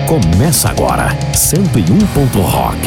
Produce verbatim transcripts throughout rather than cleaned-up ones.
Começa agora, cento e um ponto rock.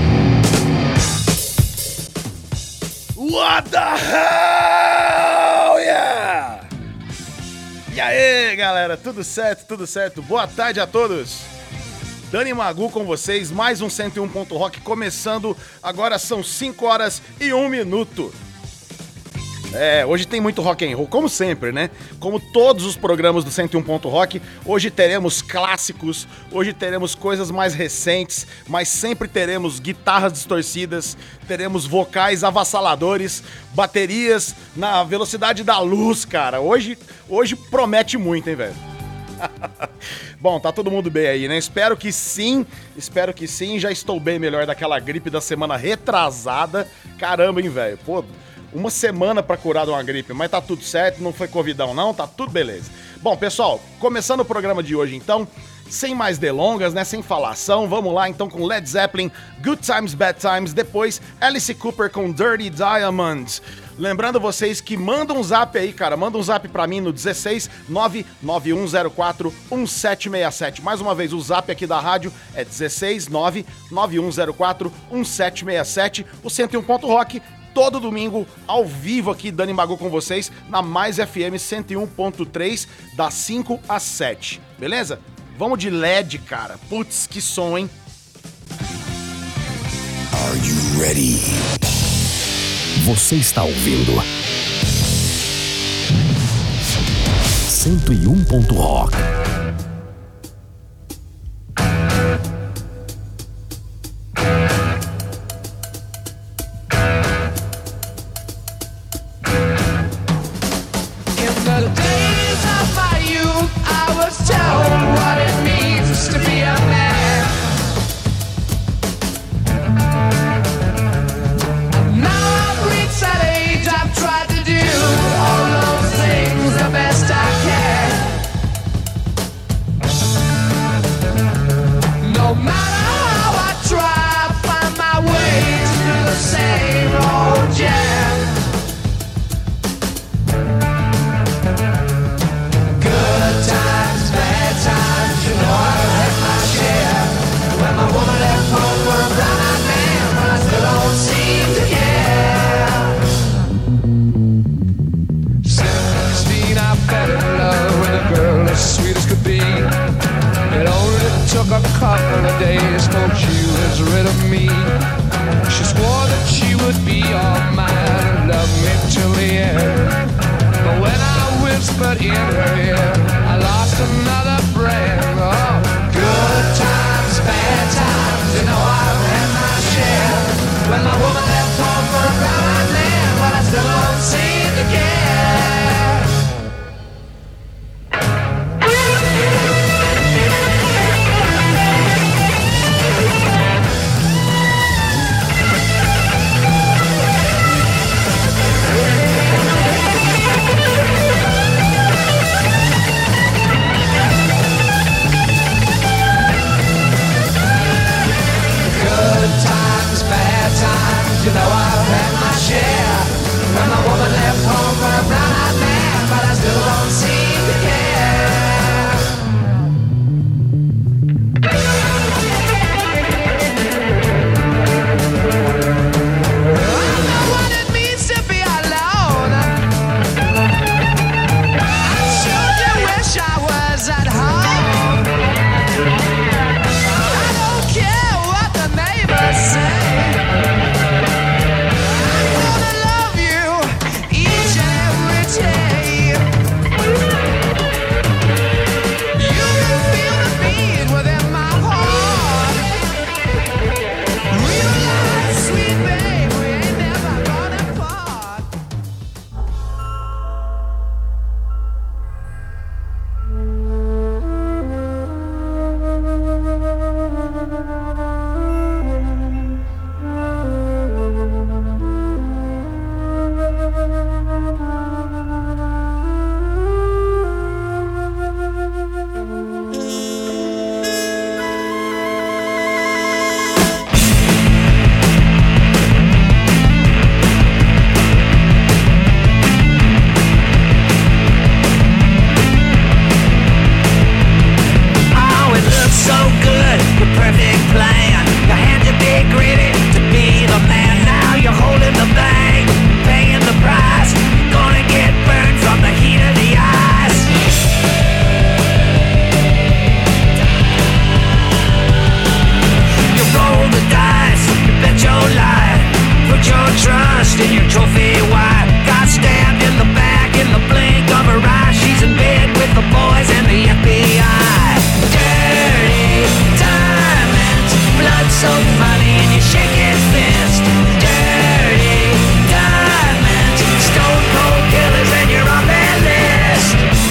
What the hell, yeah! E aí, galera, tudo certo, tudo certo? Boa tarde a todos! Dani Magu com vocês, mais um cento e um ponto rock começando, agora são cinco horas e um minuto. É, hoje tem muito rock and roll, como sempre, né? Como todos os programas do cento e um ponto rock, hoje teremos clássicos, hoje teremos coisas mais recentes, mas sempre teremos guitarras distorcidas, teremos vocais avassaladores, baterias na velocidade da luz, cara. Hoje, hoje promete muito, hein, velho? Bom, tá todo mundo bem aí, né? Espero que sim, espero que sim. Já estou bem melhor daquela gripe da semana retrasada. Caramba, hein, velho? Pô, uma semana pra curar de uma gripe, mas tá tudo certo, não foi covidão não, tá tudo beleza. Bom, pessoal, começando o programa de hoje então, sem mais delongas, né, sem falação, vamos lá então com Led Zeppelin, Good Times, Bad Times, depois Alice Cooper com Dirty Diamonds. Lembrando vocês que mandam um zap aí, cara, manda um zap pra mim no dezesseis nove nove um zero quatro um sete seis sete. Mais uma vez, o zap aqui da rádio é dezesseis nove nove um zero quatro um sete seis sete. O cento e um ponto rock, todo domingo, ao vivo aqui, Dani Magu com vocês, na Mais F M cento e um ponto três, das cinco às sete, beleza? Vamos de L E D, cara. Putz, que som, hein? Are you ready? Você está ouvindo cento e um ponto rock. lost in your trophy wife. Got stabbed in the back in the blink of her eye. She's in bed with the boys and the F B I. Dirty diamonds, blood so funny and you shake his fist. Dirty diamonds, stone cold killers and you're on their list.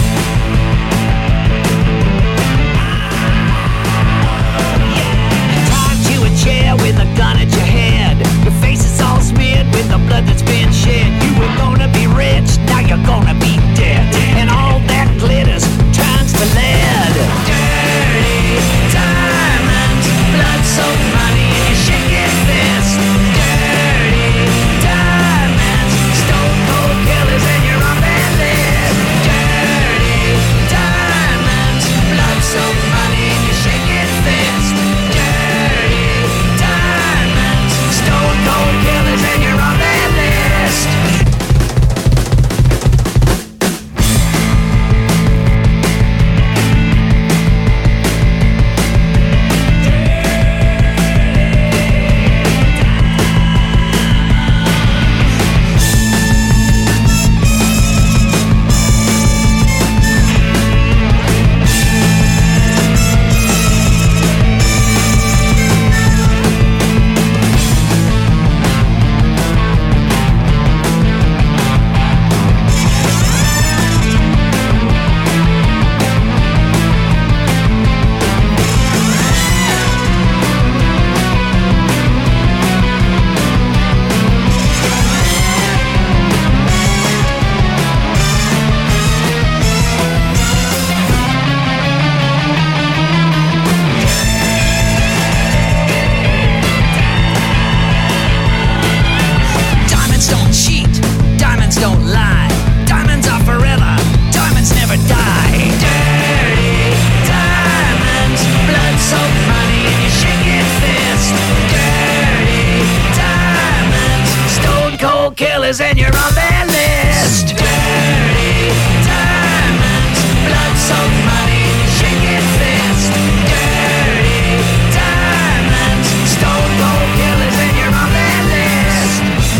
Tied to a chair with a gun at your head. Your face is all smeared with the blood that's been shed. You were gonna be rich, now you're gonna be dead. And all that glitters turns to lead. Dirty diamonds, blood so funny and you shake your fist. Dirty diamonds, stone cold killers and you're on that list. Dirty diamonds, blood so funny and you shake your fist. Dirty diamonds, stone cold killers and you're on that list. Diamonds don't cheat, diamonds don't lie. Diamonds are forever, diamonds never die. Dirty diamonds, blood so funny and you shake your fist. Dirty diamonds, stone cold killers and you're on their list. Dirty diamonds, blood so funny and you shake your fist. Dirty diamonds, stone cold killers and you're on their list.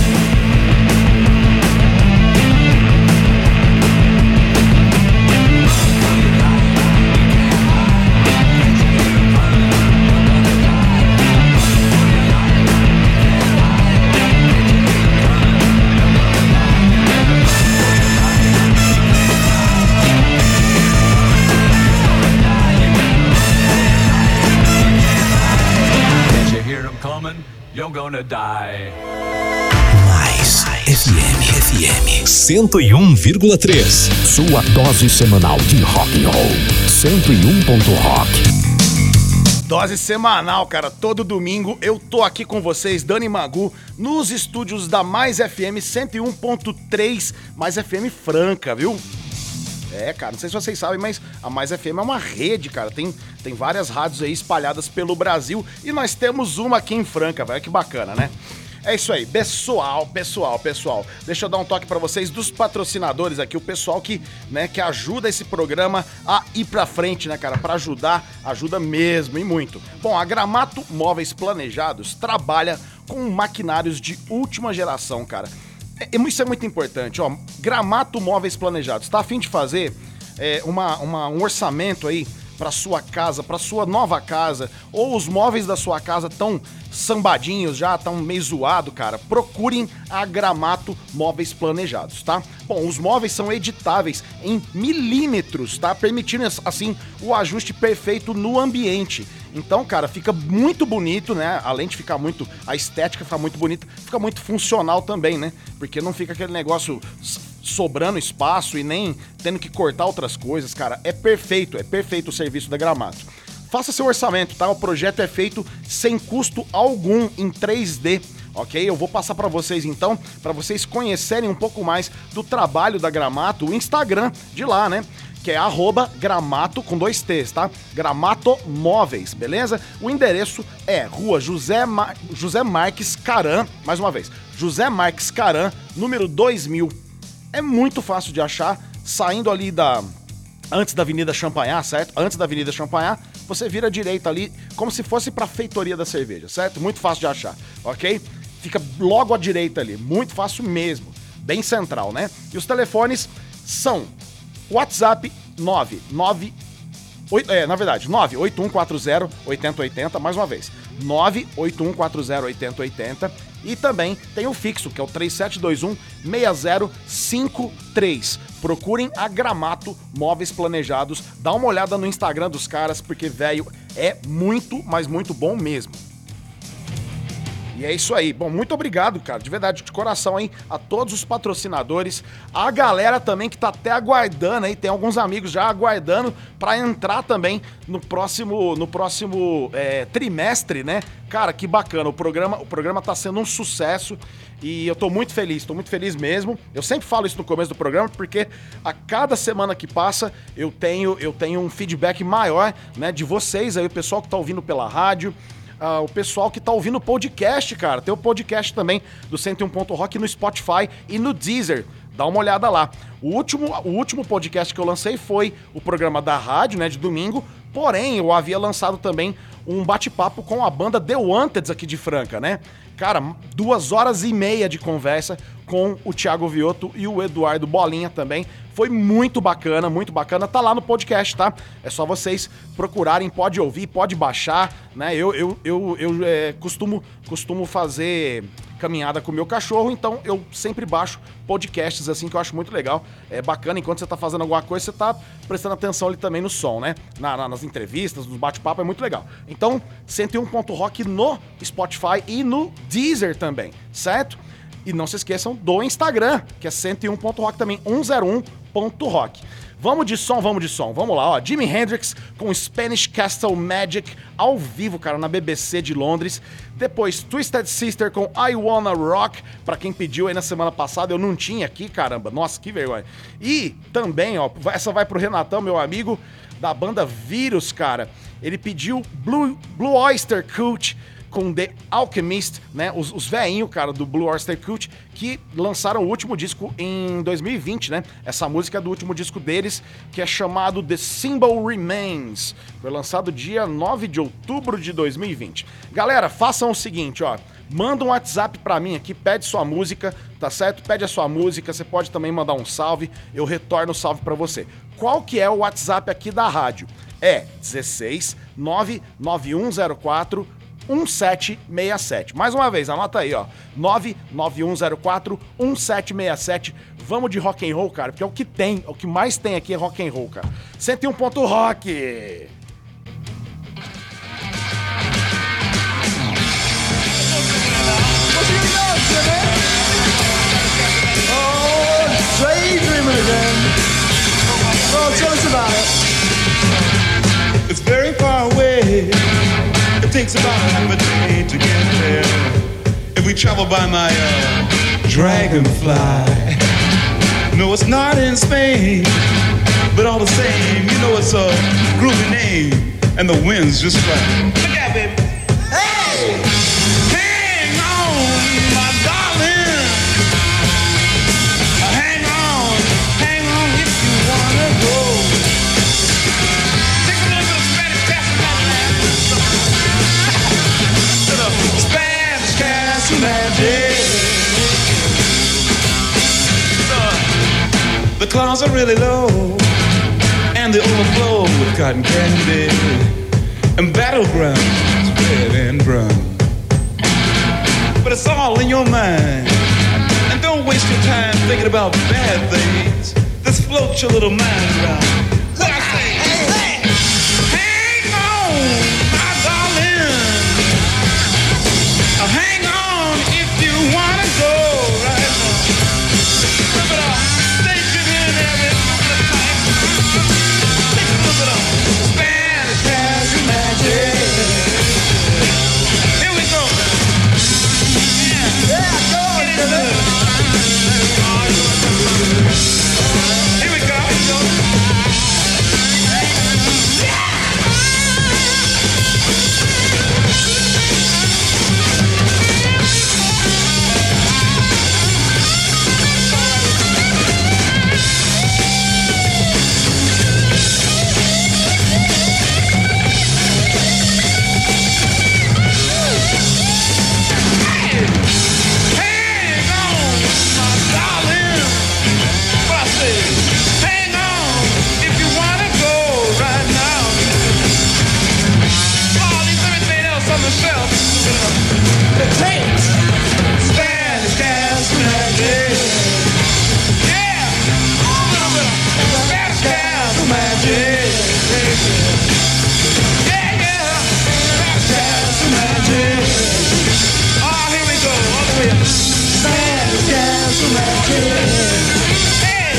Can't you hear them coming? You're gonna die. Mais F M, F M cento e um vírgula três. Sua dose semanal de rock and roll. cento e um ponto rock. Dose semanal, cara. Todo domingo eu tô aqui com vocês, Dani Magu, nos estúdios da Mais F M cento e um ponto três, Mais F M Franca, viu? É, cara, não sei se vocês sabem, mas a Mais F M é uma rede, cara. Tem, tem várias rádios aí espalhadas pelo Brasil e nós temos uma aqui em Franca, velho. Que bacana, né? É isso aí, pessoal, pessoal, pessoal. Deixa eu dar um toque pra vocês dos patrocinadores aqui, o pessoal que, né, que ajuda esse programa a ir pra frente, né, cara? Pra ajudar, ajuda mesmo e muito. Bom, a Gramato Móveis Planejados trabalha com maquinários de última geração, cara. É, isso é muito importante, ó. Gramato Móveis Planejados. Tá a fim de fazer é, uma, uma, um orçamento aí para sua casa, para sua nova casa, ou os móveis da sua casa estão sambadinhos já, estão meio zoado, cara, procurem a Gramato Móveis Planejados, tá? Bom, os móveis são editáveis em milímetros, tá? Permitindo, assim, o ajuste perfeito no ambiente. Então, cara, fica muito bonito, né? Além de ficar muito... A estética fica muito bonita, fica muito funcional também, né? Porque não fica aquele negócio sobrando espaço e nem tendo que cortar outras coisas, cara. É perfeito, é perfeito o serviço da Gramato. Faça seu orçamento, tá? O projeto é feito sem custo algum em três D, ok? Eu vou passar para vocês então, para vocês conhecerem um pouco mais do trabalho da Gramato, o Instagram de lá, né? Que é arroba Gramato com dois T's, tá? Gramato Móveis, beleza? O endereço é Rua José, Mar... José Marques Caran, mais uma vez, José Marques Caran, número dois mil. É muito fácil de achar, saindo ali da... antes da Avenida Champanhar, certo? Antes da Avenida Champanhar, você vira à direita ali, como se fosse pra feitoria da cerveja, certo? Muito fácil de achar, ok? fica logo à direita ali, muito fácil mesmo, bem central, né? E os telefones são WhatsApp nove nove oito, é, na verdade, nove oito um quatro zero oito zero oito zero, mais uma vez, nove oito um quatro zero oito zero oito zero, e também tem o fixo, que é o três sete dois um seis zero cinco três. Procurem a Gramato Móveis Planejados, dá uma olhada no Instagram dos caras, porque, velho, é muito, mas muito bom mesmo. E é isso aí. Bom, muito obrigado, cara, de verdade, de coração, hein, a todos os patrocinadores, a galera também que tá até aguardando aí, tem alguns amigos já aguardando pra entrar também no próximo, no próximo é, trimestre, né? Cara, que bacana, o programa, o programa tá sendo um sucesso e eu tô muito feliz, tô muito feliz mesmo. Eu sempre falo isso no começo do programa, porque a cada semana que passa eu tenho, eu tenho um feedback maior, né, de vocês aí, o pessoal que tá ouvindo pela rádio, Uh, o pessoal que tá ouvindo o podcast, cara. Tem o podcast também do cento e um ponto rock no Spotify e no Deezer. Dá uma olhada lá. O último, o último podcast que eu lancei foi o programa da rádio, né, de domingo. Porém, eu havia lançado também um bate-papo com a banda The Wanted aqui de Franca, né? Cara, duas horas e meia de conversa com o Thiago Vioto e o Eduardo Bolinha também. Foi muito bacana, muito bacana. Tá lá no podcast, tá? É só vocês procurarem, pode ouvir, pode baixar, né? Eu, eu, eu, eu é, costumo, costumo fazer caminhada com o meu cachorro, então eu sempre baixo podcasts assim, que eu acho muito legal. É bacana, enquanto você tá fazendo alguma coisa, você tá prestando atenção ali também no som, né? Na, na, nas entrevistas, no bate-papo, é muito legal. Então, cento e um ponto rock no Spotify e no Deezer também, certo? E não se esqueçam do Instagram, que é cento e um ponto rock também, cento e um ponto rock. Vamos de som, vamos de som. Vamos lá, ó. Jimi Hendrix com Spanish Castle Magic ao vivo, cara, na B B C de Londres. Depois, Twisted Sister com I Wanna Rock, pra quem pediu aí na semana passada, eu não tinha aqui, caramba. Nossa, que vergonha. E também, ó, essa vai pro Renatão, meu amigo da banda Vírus, cara. Ele pediu Blue, Blue Oyster Cult com The Alchemist, né, os, os veinhos, cara, do Blue Oyster Cult, que lançaram o último disco em dois mil e vinte, né, essa música é do último disco deles, que é chamado The Symbol Remains, foi lançado dia nove de outubro de dois mil e vinte. Galera, façam o seguinte, ó, manda um WhatsApp pra mim aqui, pede sua música, tá certo? Pede a sua música, você pode também mandar um salve, eu retorno o salve pra você. Qual que é o WhatsApp aqui da rádio? É dezesseis nove nove um zero quatro um sete seis sete. Mais uma vez, anota aí, ó. nove nove um zero quatro um sete seis sete. Vamos de rock and roll, cara, porque é o que tem, o que mais tem aqui é rock and roll, cara. cento e um ponto rock. Oh, daydreaming again. Oh, tell us about it. It's very far away. It takes about half a day to get there. If we travel by my uh, dragonfly. No, it's not in Spain, but all the same, you know it's a groovy name, and the wind's just right. Look out, baby. Hey! Hang on, my darling. Hang on, hang on if you wanna go. Take a little bit of Spanish Castle Magic. Spanish Castle Magic. The clouds are really low, and they overflow with cotton candy, and battlegrounds red and brown. But it's all in your mind, and don't waste your time thinking about bad things. Just float your little mind around. What I say? Hey, hey! Hang on, my darling. Hang on if you wanna go right now. Rip it off. it takes. Spanish dance magic. Yeah! Spanish dance magic. Yeah, yeah! Spanish dance magic. Oh, here we go, all the way up. Spanish dance magic. Hey!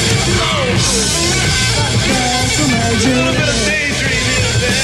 Dance magic. A little bit of daydream here today.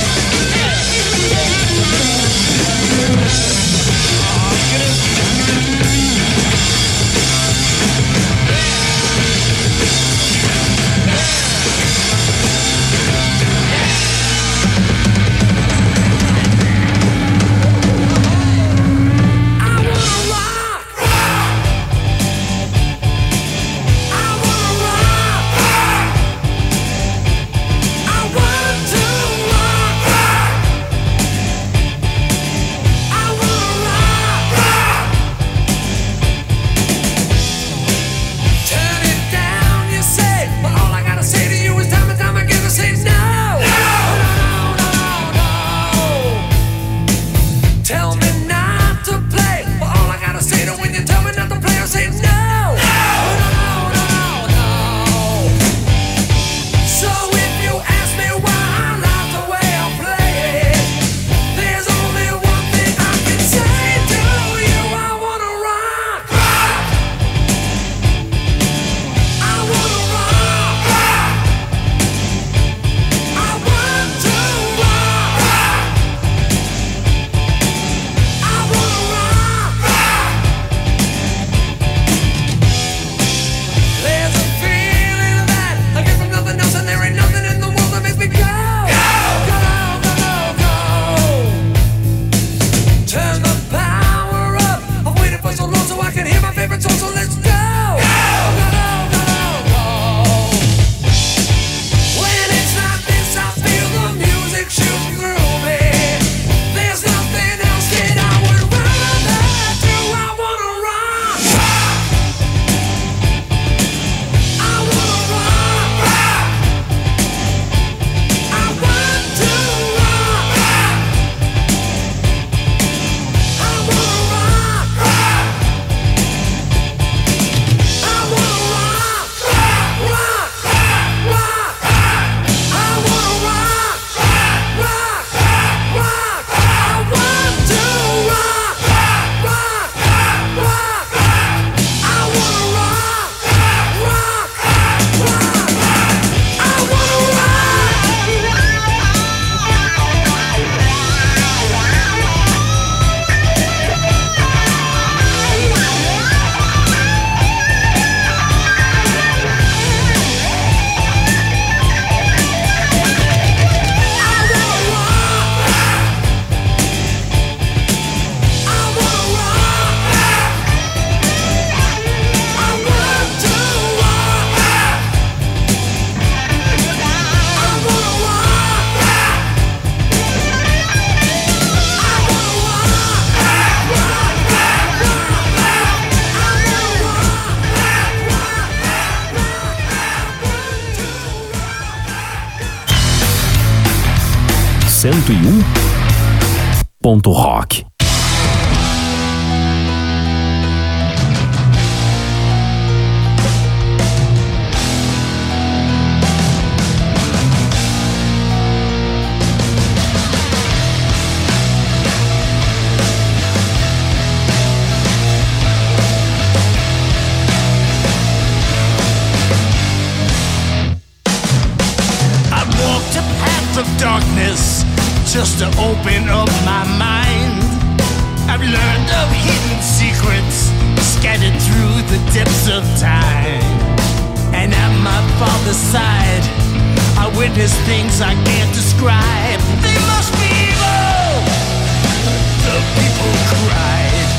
cento e um ponto rock. Darkness just to open up my mind. I've learned of hidden secrets scattered through the depths of time. And at my father's side, I witnessed things I can't describe. They must be evil. The people cried.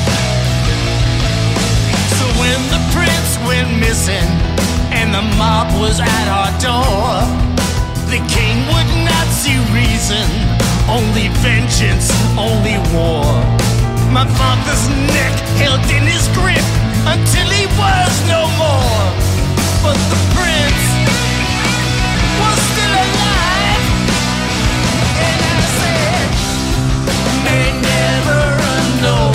So when the prince went missing and the mob was at our door, the king would not see reason, only vengeance, only war. My father's neck held in his grip until he was no more. But the prince was still alive, and I said, may never know.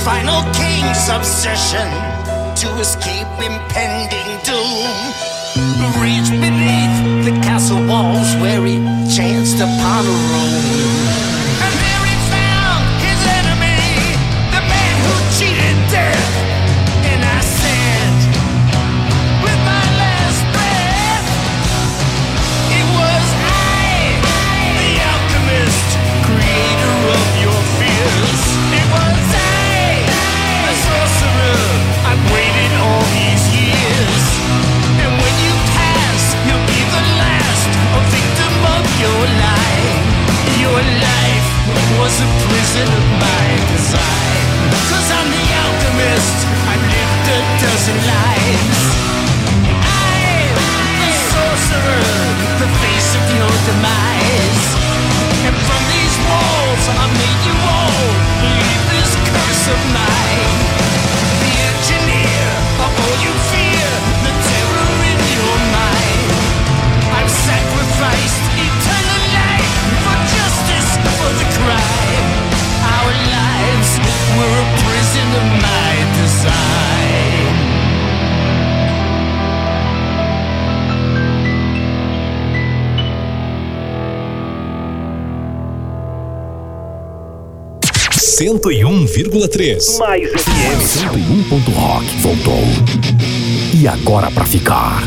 final king's obsession to escape impending doom reached beneath the castle walls where he chanced upon a room. And there he found his enemy, the man who cheated death. And I said, with my last breath, it was I, the alchemist, creator of your fears. It was I, the sorcerer, I've waited all these years. And when you pass, you'll be the last, a victim of your life. Your life was a prison of my design. Cause I'm the alchemist, I've lived a dozen lives. I'm the sorcerer, the face of your demise. And from these walls I made you all believe this curse of mine. The engineer of all you fear, the terror in your mind. I've sacrificed eternal life for justice, for the crime. Our lives were a prison of my design. cento e um vírgula três. Mais F M. cento e um ponto rock voltou. E agora pra ficar.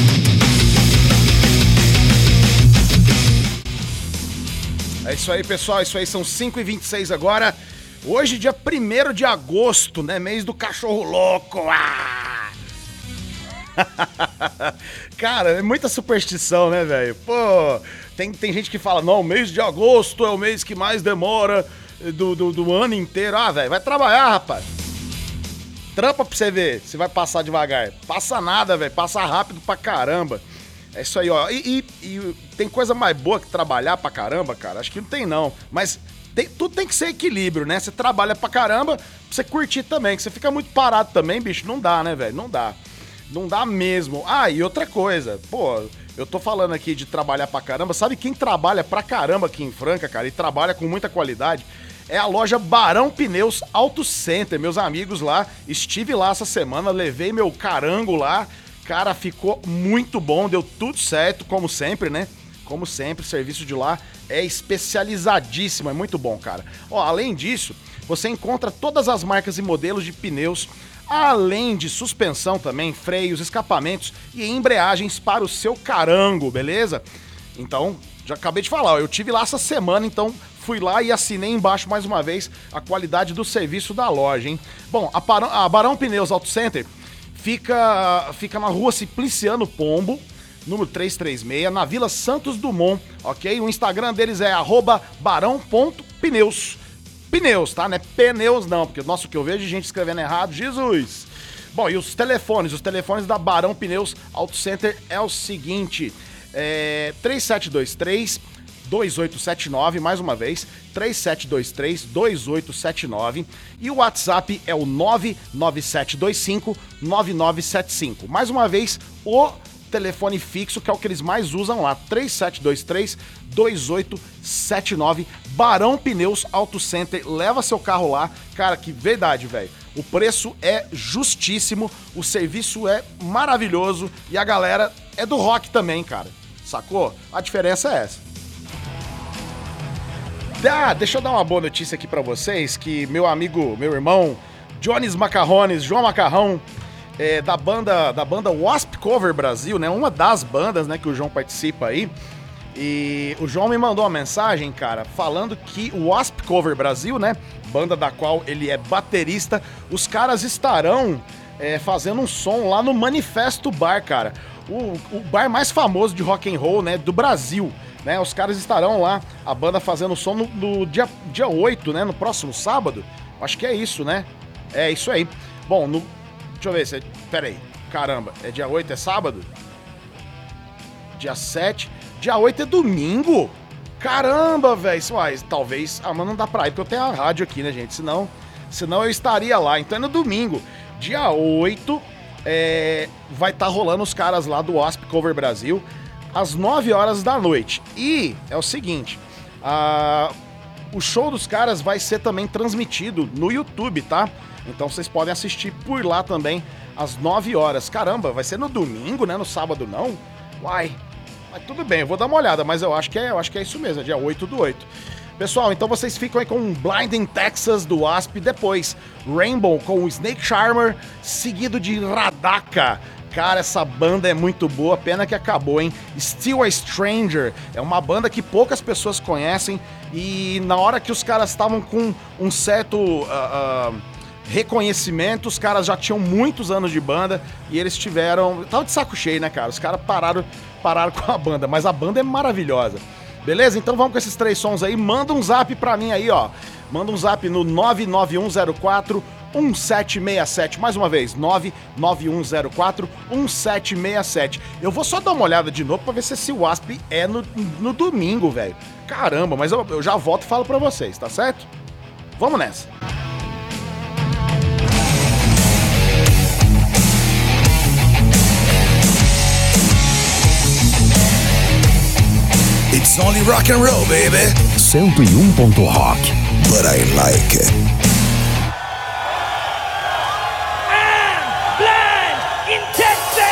É isso aí, pessoal. Isso aí, são cinco e vinte e seis agora. Hoje, dia primeiro de agosto, né? Mês do cachorro louco. Ah! Cara, é muita superstição, né, velho? Pô, tem, tem gente que fala, não, o mês de agosto é o mês que mais demora do, do, do ano inteiro. Ah, velho, vai trabalhar, rapaz. Trampa pra você ver se vai passar devagar. Passa nada, velho. Passa rápido pra caramba. É isso aí, ó. E, e, e tem coisa mais boa que trabalhar pra caramba, cara? Acho que não tem, não. Mas tem, tudo tem que ser equilíbrio, né? Você trabalha pra caramba, pra você curtir também. Que você fica muito parado também, bicho, não dá, né, velho? Não dá. Não dá mesmo. Ah, e outra coisa. Pô, eu tô falando aqui de trabalhar pra caramba. Sabe quem trabalha pra caramba aqui em Franca, cara? E trabalha com muita qualidade? É a loja Barão Pneus Auto Center. Meus amigos lá, estive lá essa semana, levei meu carango lá. Cara, ficou muito bom, deu tudo certo, como sempre, né? Como sempre, o serviço de lá é especializadíssimo, é muito bom, cara. Ó, além disso, você encontra todas as marcas e modelos de pneus, além de suspensão também, freios, escapamentos e embreagens para o seu carango, beleza? Então, já acabei de falar, ó, eu tive lá essa semana, então fui lá e assinei embaixo mais uma vez a qualidade do serviço da loja, hein? Bom, a, Barão, a Barão Pneus Auto Center Fica, fica na rua Simpliciano Pombo, número trezentos e trinta e seis, na Vila Santos Dumont, ok? O Instagram deles é arroba barão ponto pneus. Pneus, tá? Não é pneus não, porque nossa, o que eu vejo de gente escrevendo errado, Jesus! Bom, e os telefones? Os telefones da Barão Pneus Auto Center é o seguinte, é três sete dois três, dois oito sete nove, mais uma vez, três sete dois três, dois oito sete nove, e o WhatsApp é o nove nove sete dois cinco, nove nove sete cinco. Mais uma vez, o telefone fixo, que é o que eles mais usam lá, três sete dois três, dois oito sete nove, Barão Pneus Auto Center, leva seu carro lá, cara, que verdade, velho, o preço é justíssimo, o serviço é maravilhoso, e a galera é do rock também, cara, sacou? A diferença é essa. Ah, deixa eu dar uma boa notícia aqui pra vocês, que meu amigo, meu irmão, Jones Macarrones, João Macarrão, é, da banda da banda Wasp Cover Brasil, né, uma das bandas, né, que o João participa aí, e o João me mandou uma mensagem, cara, falando que o Wasp Cover Brasil, né, banda da qual ele é baterista, os caras estarão é, fazendo um som lá no Manifesto Bar, cara, o, o bar mais famoso de rock and roll, né, do Brasil. Né, os caras estarão lá, a banda fazendo som no, no dia, dia oito, né? No próximo sábado. Acho que é isso, né? É isso aí. Bom, no... deixa eu ver se... Pera aí. Caramba, é dia oito, é sábado? Dia sete. Dia oito é domingo? Caramba, velho. Talvez... Ah, mas não dá pra ir, porque eu tenho a rádio aqui, né, gente? Senão, senão eu estaria lá. Então é no domingo. Dia oito, é... vai estar tá rolando os caras lá do Wasp Cover Brasil às nove horas da noite. E é o seguinte, a... O show dos caras vai ser também transmitido no YouTube, tá? Então vocês podem assistir por lá também às nove horas. Caramba, vai ser no domingo, né? No sábado não? Uai, mas tudo bem, eu vou dar uma olhada, mas eu acho que é, eu acho que é isso mesmo, é dia oito do oito. Pessoal, então vocês ficam aí com Blinding Texas do Wasp, depois Rainbow com o Snake Charmer, seguido de Radaka. Cara, essa banda é muito boa, pena que acabou, hein? Still a Stranger é uma banda que poucas pessoas conhecem e na hora que os caras estavam com um certo uh, uh, reconhecimento, os caras já tinham muitos anos de banda e eles tiveram... Tava de saco cheio, né, cara? Os caras pararam, pararam com a banda, mas a banda é maravilhosa. Beleza? Então vamos com esses três sons aí. Manda um zap pra mim aí, ó. Manda um zap no nove nove um zero quatro um sete seis sete. Mais uma vez, nove nove um zero quatro um sete seis sete. Eu vou só dar uma olhada de novo pra ver se esse Wasp é no, no domingo, velho. Caramba, mas eu, eu já volto e falo pra vocês, tá certo? Vamos nessa. It's only rock and roll, baby. cento e um ponto rock. But I like it. I'm blind in Texas!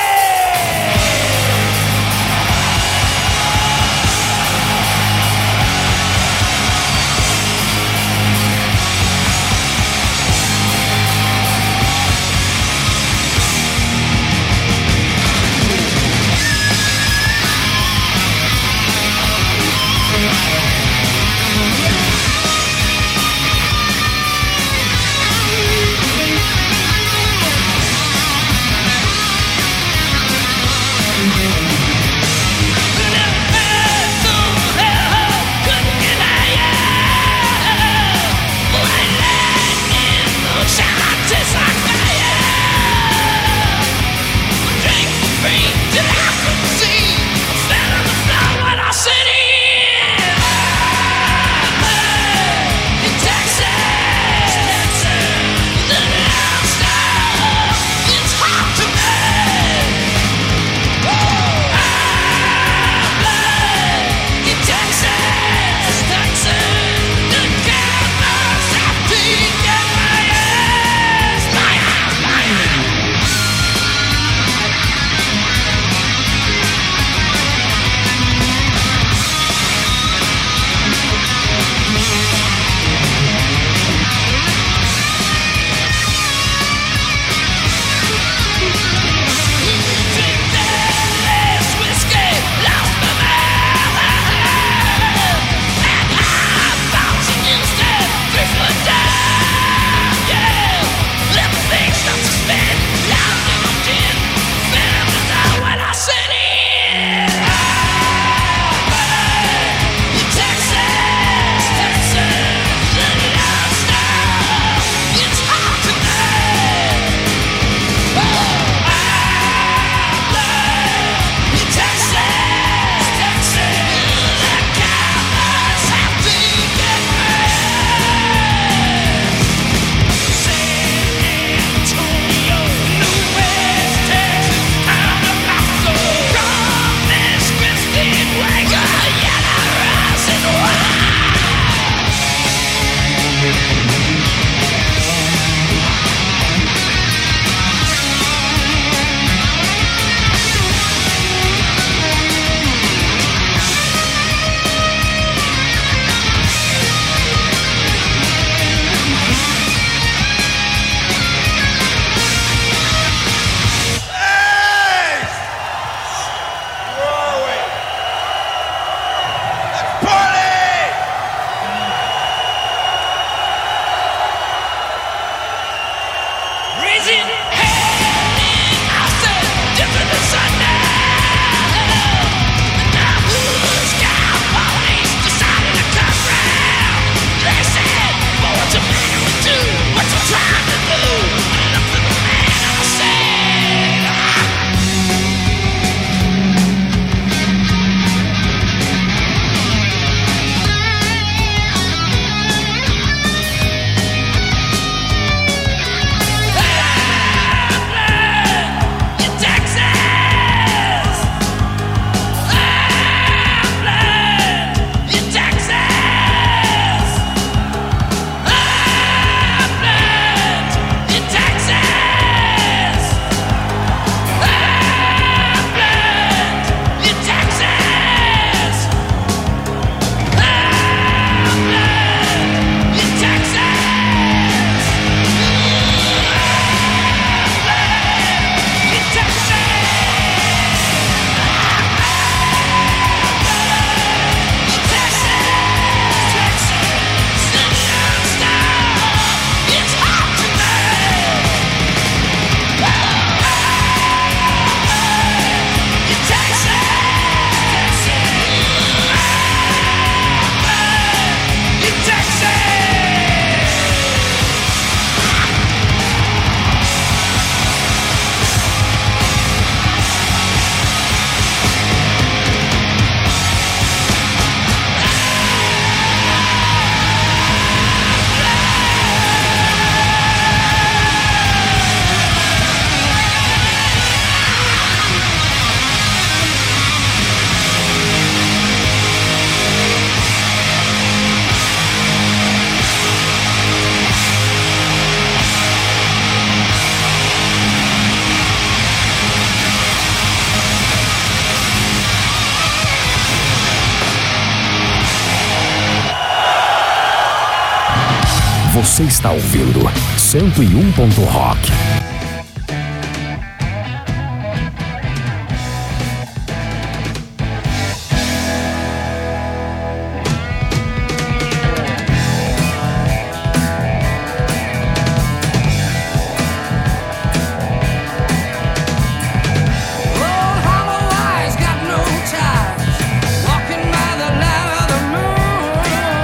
Você está ouvindo cento e um ponto rock.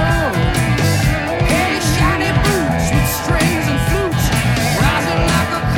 Hey, shiny boots with strings and flutes, rising like a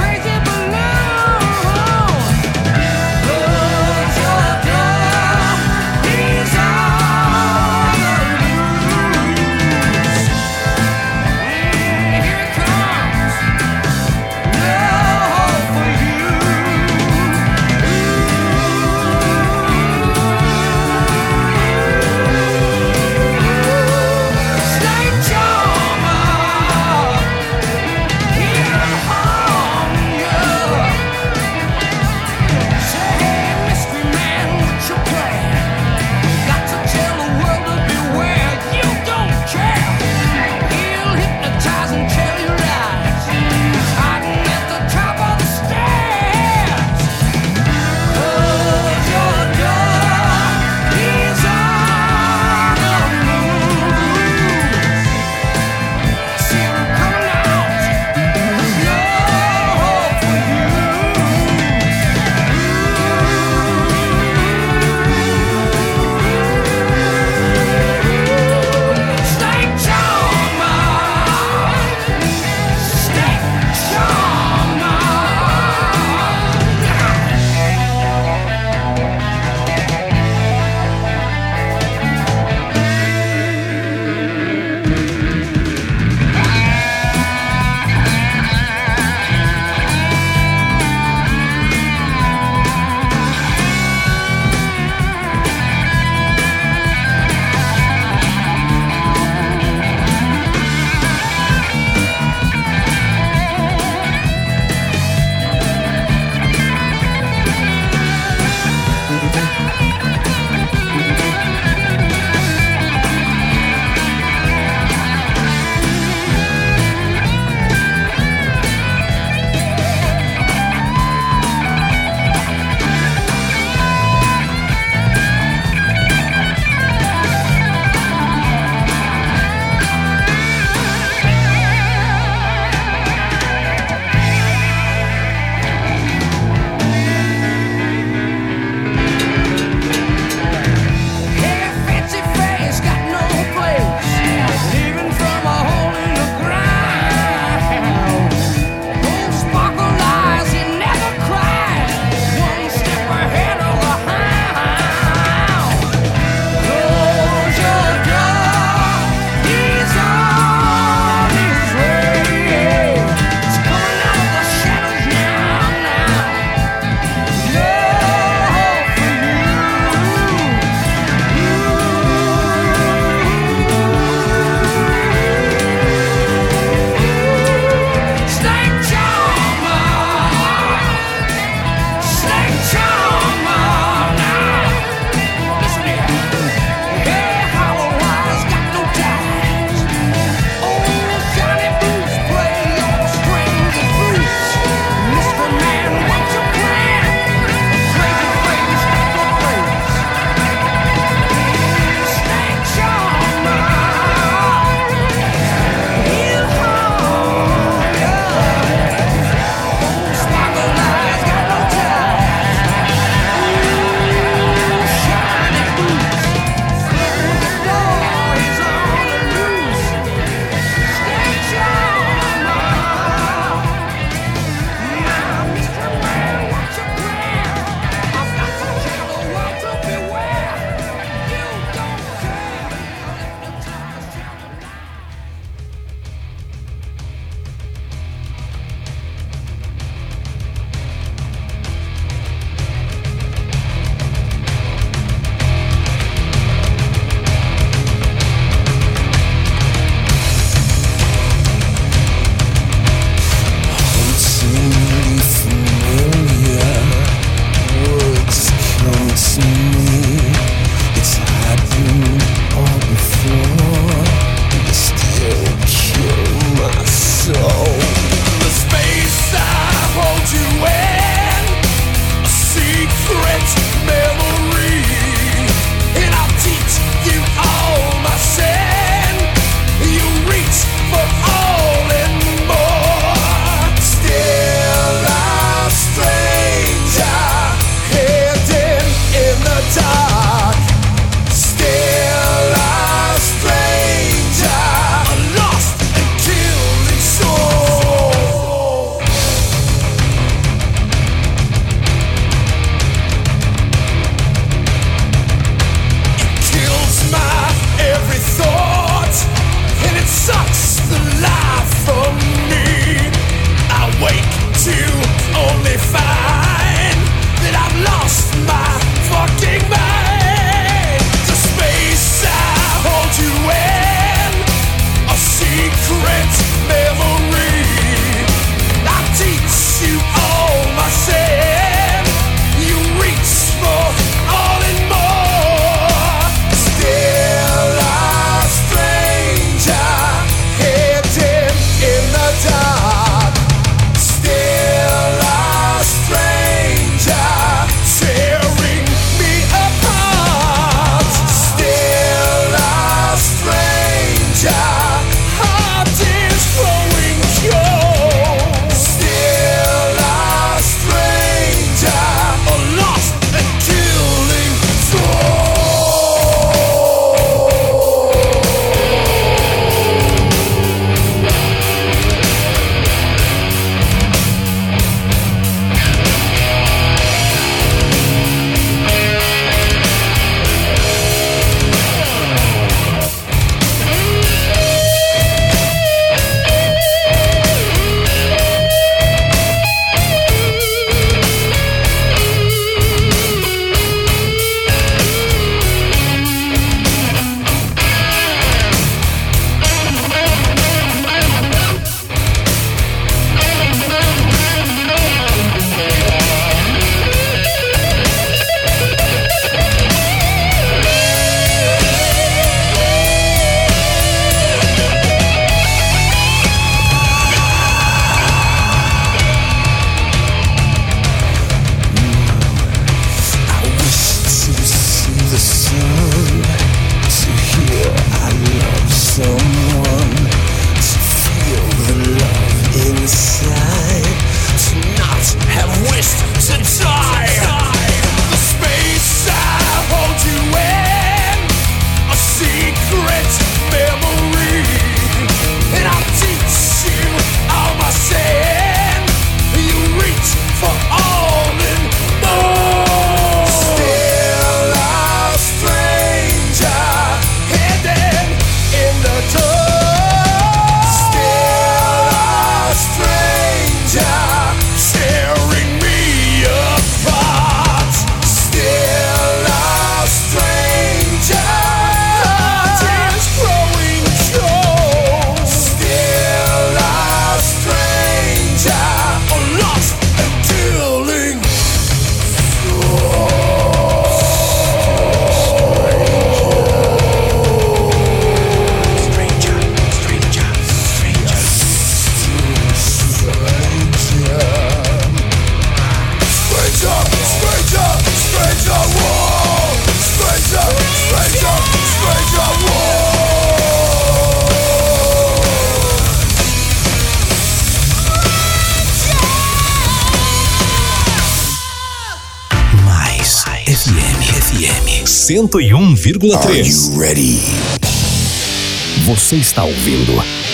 cento e um vírgula três. Are you ready? Você está ouvindo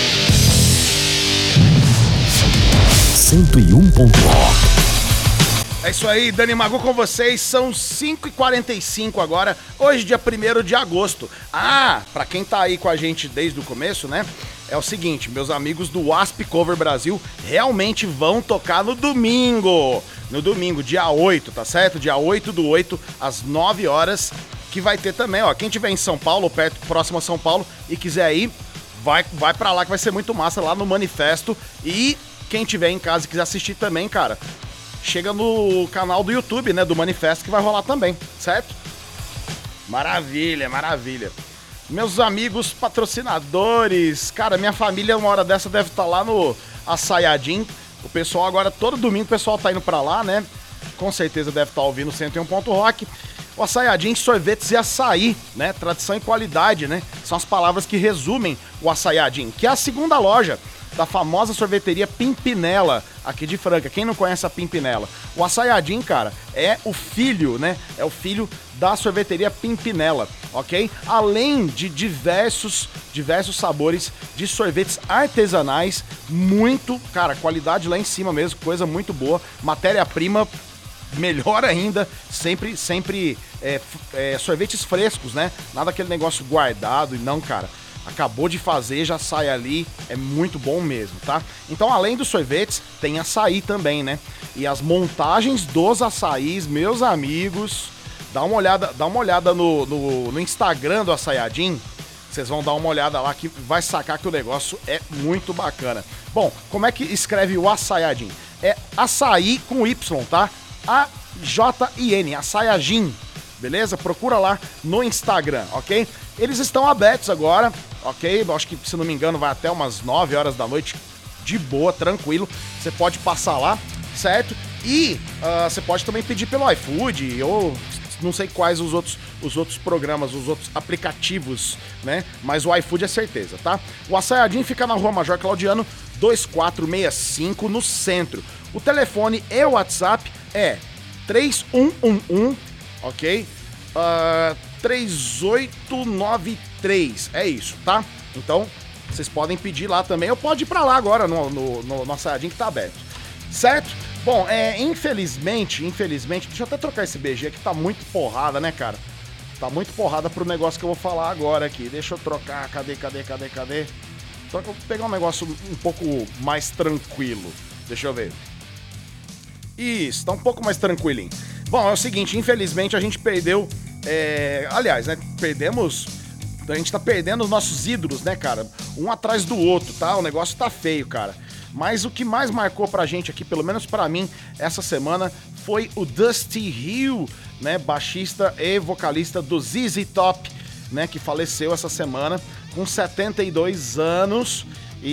cento e um ponto um. É isso aí, Dani Magu com vocês, são cinco e quarenta e cinco agora, hoje dia primeiro de agosto. Ah, pra quem tá aí com a gente desde o começo, né, é o seguinte, meus amigos do Wasp Cover Brasil realmente vão tocar no domingo, no domingo, dia oito, tá certo? Dia oito do oito, às nove horas, que vai ter também, ó, quem tiver em São Paulo, perto, próximo a São Paulo, e quiser ir, vai, vai pra lá que vai ser muito massa, lá no Manifesto, e quem tiver em casa e quiser assistir também, cara, chega no canal do YouTube, né, do Manifesto, que vai rolar também, certo? Maravilha, maravilha. Meus amigos patrocinadores, cara, minha família uma hora dessa deve estar lá no Açaiadim. O pessoal agora, todo domingo, o pessoal tá indo pra lá, né? Com certeza deve estar ouvindo o cento e um ponto rock. O Açaiadim, sorvetes e açaí, né? Tradição e qualidade, né? São as palavras que resumem o Açaiadim, que é a segunda loja da famosa sorveteria Pimpinela, aqui de Franca. Quem não conhece a Pimpinela? O Açaiadim, cara, é o filho, né? É o filho da sorveteria Pimpinela, ok? Além de diversos, diversos sabores de sorvetes artesanais, muito, cara, qualidade lá em cima mesmo, coisa muito boa, matéria-prima melhor ainda, sempre, sempre é, é, sorvetes frescos, né? Nada aquele negócio guardado e não, cara. Acabou de fazer, já sai ali, é muito bom mesmo, tá? Então, além dos sorvetes, tem açaí também, né? E as montagens dos açaís, meus amigos, dá uma olhada, dá uma olhada no, no, no Instagram do Açaiadim, vocês vão dar uma olhada lá que vai sacar que o negócio é muito bacana. Bom, como é que escreve o Açaiadim? É açaí com Y, tá? A J I N, Açaiadim, beleza? Procura lá no Instagram, ok? Eles estão abertos agora, ok? Acho que, se não me engano, vai até umas nove horas da noite, de boa, tranquilo. Você pode passar lá, certo? E uh, você pode também pedir pelo iFood ou não sei quais os outros, os outros programas, os outros aplicativos, né? Mas o iFood é certeza, tá? O Açaiadim fica na Rua Major Claudiano, dois quatro seis cinco, no centro. O telefone e o WhatsApp é três um um um, ok? Uh, três oito nove três, é isso, tá? Então, vocês podem pedir lá também, ou pode ir pra lá agora no, no, no, no Açaiadim que tá aberto, certo? Bom, é, infelizmente, infelizmente, deixa eu até trocar esse B G aqui, tá muito porrada, né, cara? Tá muito porrada pro negócio que eu vou falar agora aqui, deixa eu trocar, cadê, cadê, cadê, cadê? Só que eu vou pegar um negócio um pouco mais tranquilo, deixa eu ver. Isso, tá um pouco mais tranquilinho. Bom, é o seguinte, infelizmente a gente perdeu, é, aliás, né, perdemos, a gente tá perdendo os nossos ídolos, né, cara, um atrás do outro, tá? O negócio tá feio, cara. Mas o que mais marcou pra gente aqui, pelo menos pra mim, essa semana, foi o Dusty Hill, né, baixista e vocalista do Z Z Top, né, que faleceu essa semana com setenta e dois anos.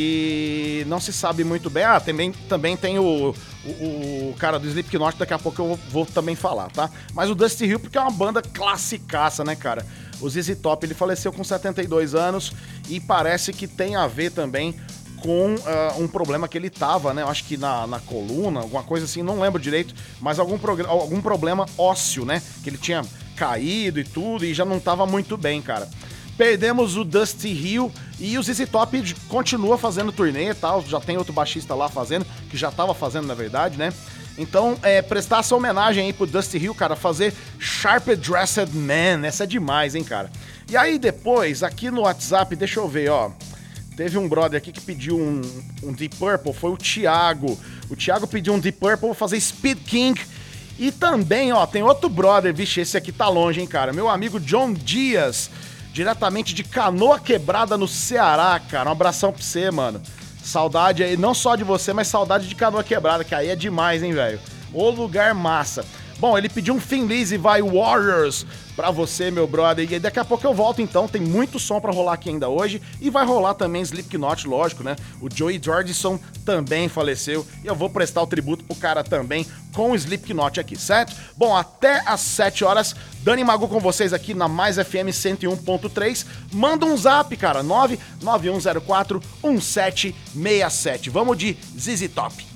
E não se sabe muito bem. Ah, também, também tem o, o, o cara do Slipknot, daqui a pouco eu vou, vou também falar, tá? Mas o Dusty Hill, porque é uma banda classicaça, né, cara? O Z Z Top, ele faleceu com setenta e dois anos e parece que tem a ver também com uh, um problema que ele tava, né? Eu acho que na, na coluna, alguma coisa assim, não lembro direito, mas algum, algum problema ósseo, né? Que ele tinha caído e tudo e já não tava muito bem, cara. Perdemos o Dusty Hill e o Z Z Top continua fazendo turnê e tal, já tem outro baixista lá fazendo, que já tava fazendo na verdade, né? Então, é, prestar essa homenagem aí pro Dusty Hill, cara, fazer Sharp Dressed Man, essa é demais, hein, cara? E aí depois, aqui no WhatsApp, deixa eu ver, ó, teve um brother aqui que pediu um, um Deep Purple, foi o Thiago. O Thiago pediu um Deep Purple, vou fazer Speed King. E também, ó, tem outro brother, vixe, esse aqui tá longe, hein, cara, meu amigo John Dias, diretamente de Canoa Quebrada, no Ceará, cara. Um abração pra você, mano. Saudade aí, não só de você, mas saudade de Canoa Quebrada, que aí é demais, hein, velho. O lugar massa. Bom, ele pediu um Thin Lizzy vai Warriors pra você, meu brother. E daqui a pouco eu volto, então. Tem muito som pra rolar aqui ainda hoje. E vai rolar também Slipknot, lógico, né? O Joey Jordison também faleceu. E eu vou prestar o tributo pro cara também com o Slipknot aqui, certo? Bom, até às sete horas, Dani Magu com vocês aqui na Mais F M cento e um ponto três. Manda um zap, cara, nove nove um zero quatro um sete seis sete. Vamos de Z Z Top.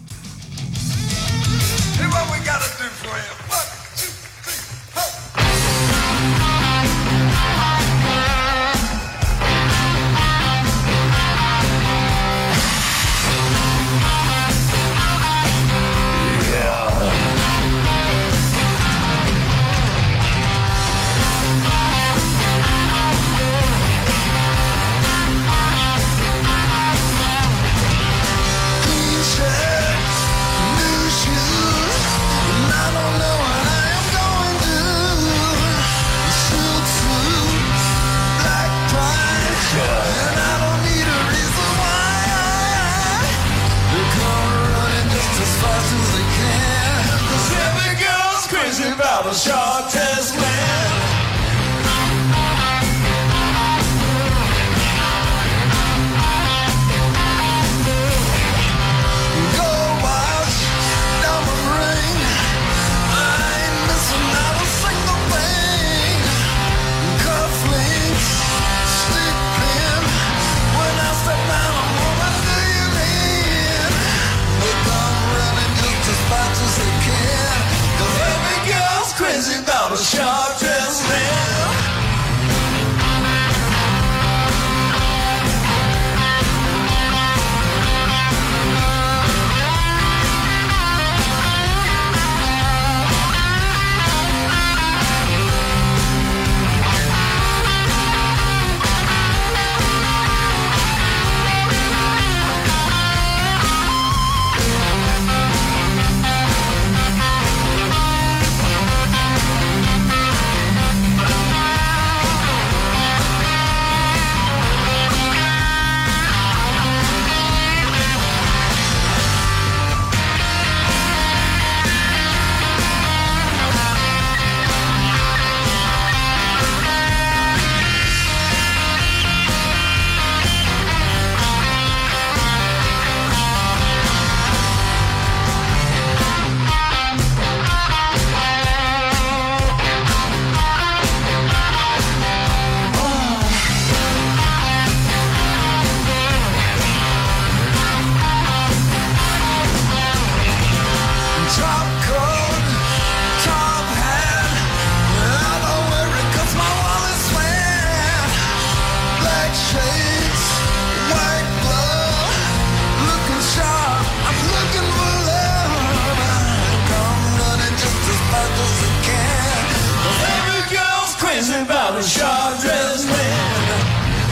What we gotta do for you? One, two, three, four. about a short-dressed man. Crazy about a short-dressed man. About a short-dressed man.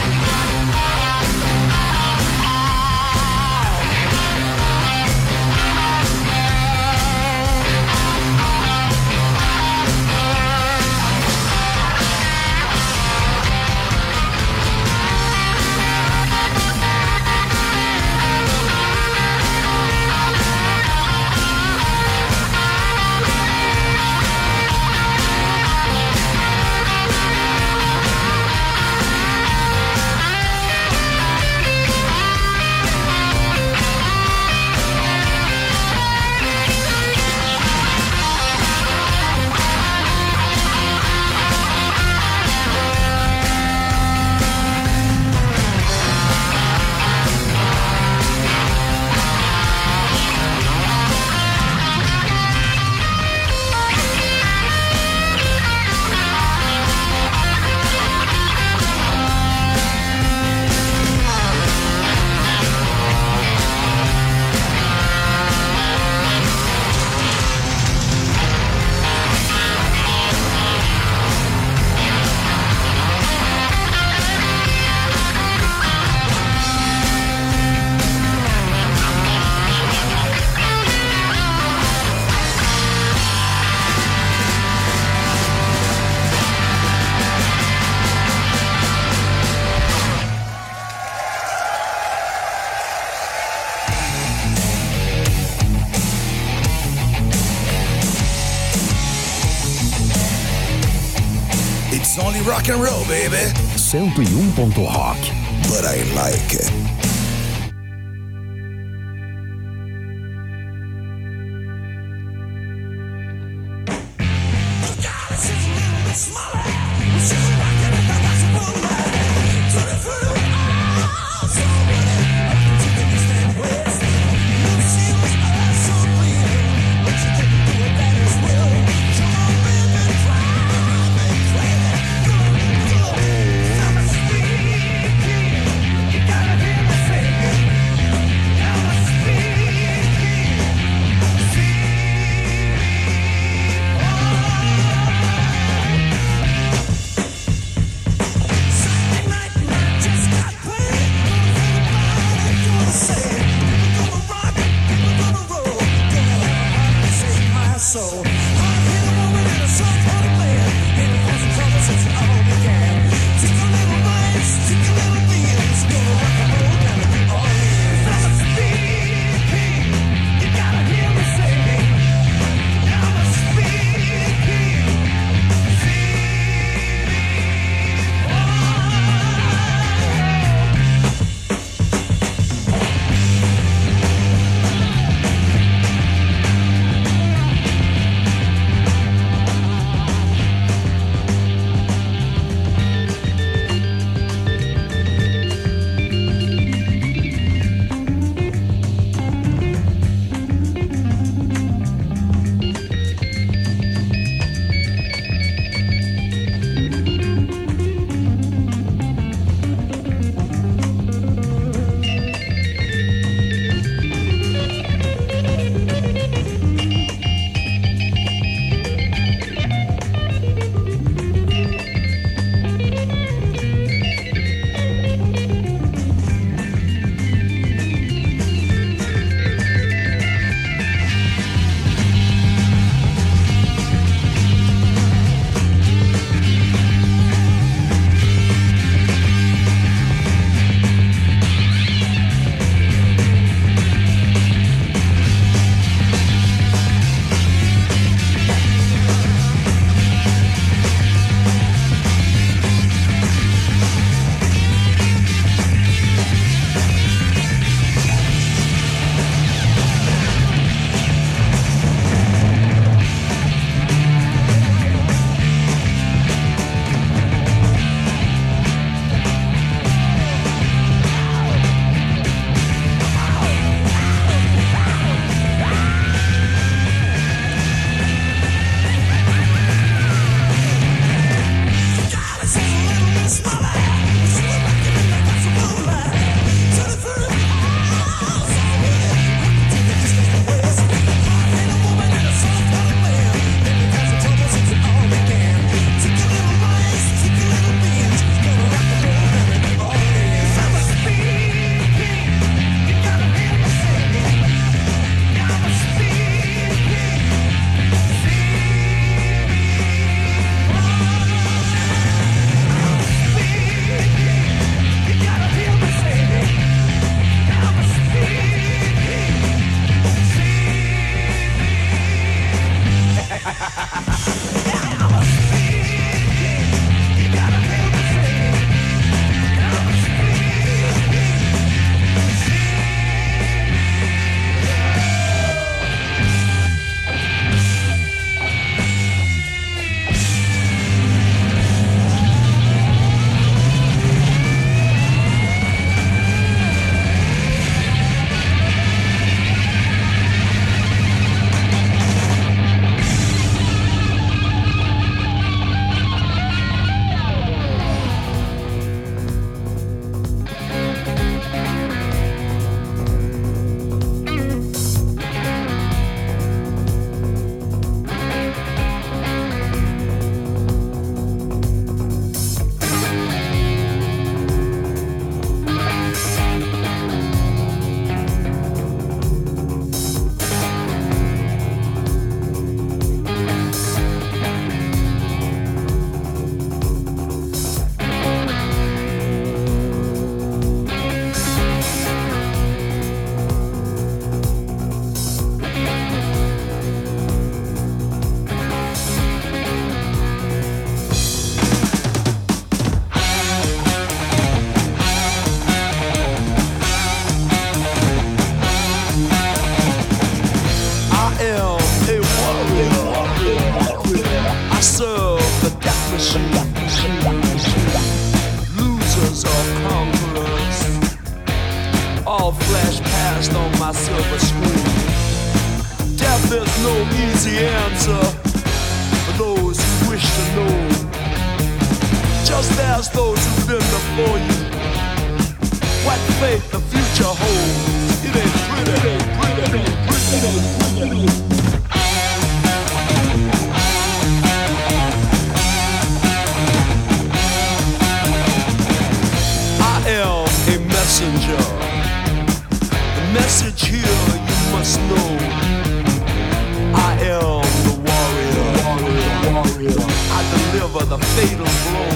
It's only rock and roll, baby. cento e um ponto rock. But I like it. serve the death machine. Losers or conquerors, all flash past on my silver screen. Death is no easy answer for those who wish to know. Just ask those who've been before you what fate the future holds. It ain't pretty, it ain't pretty, it ain't pretty, it ain't pretty. I am a messenger. The message here you must know. I am the warrior. warrior, warrior. I deliver the fatal blow.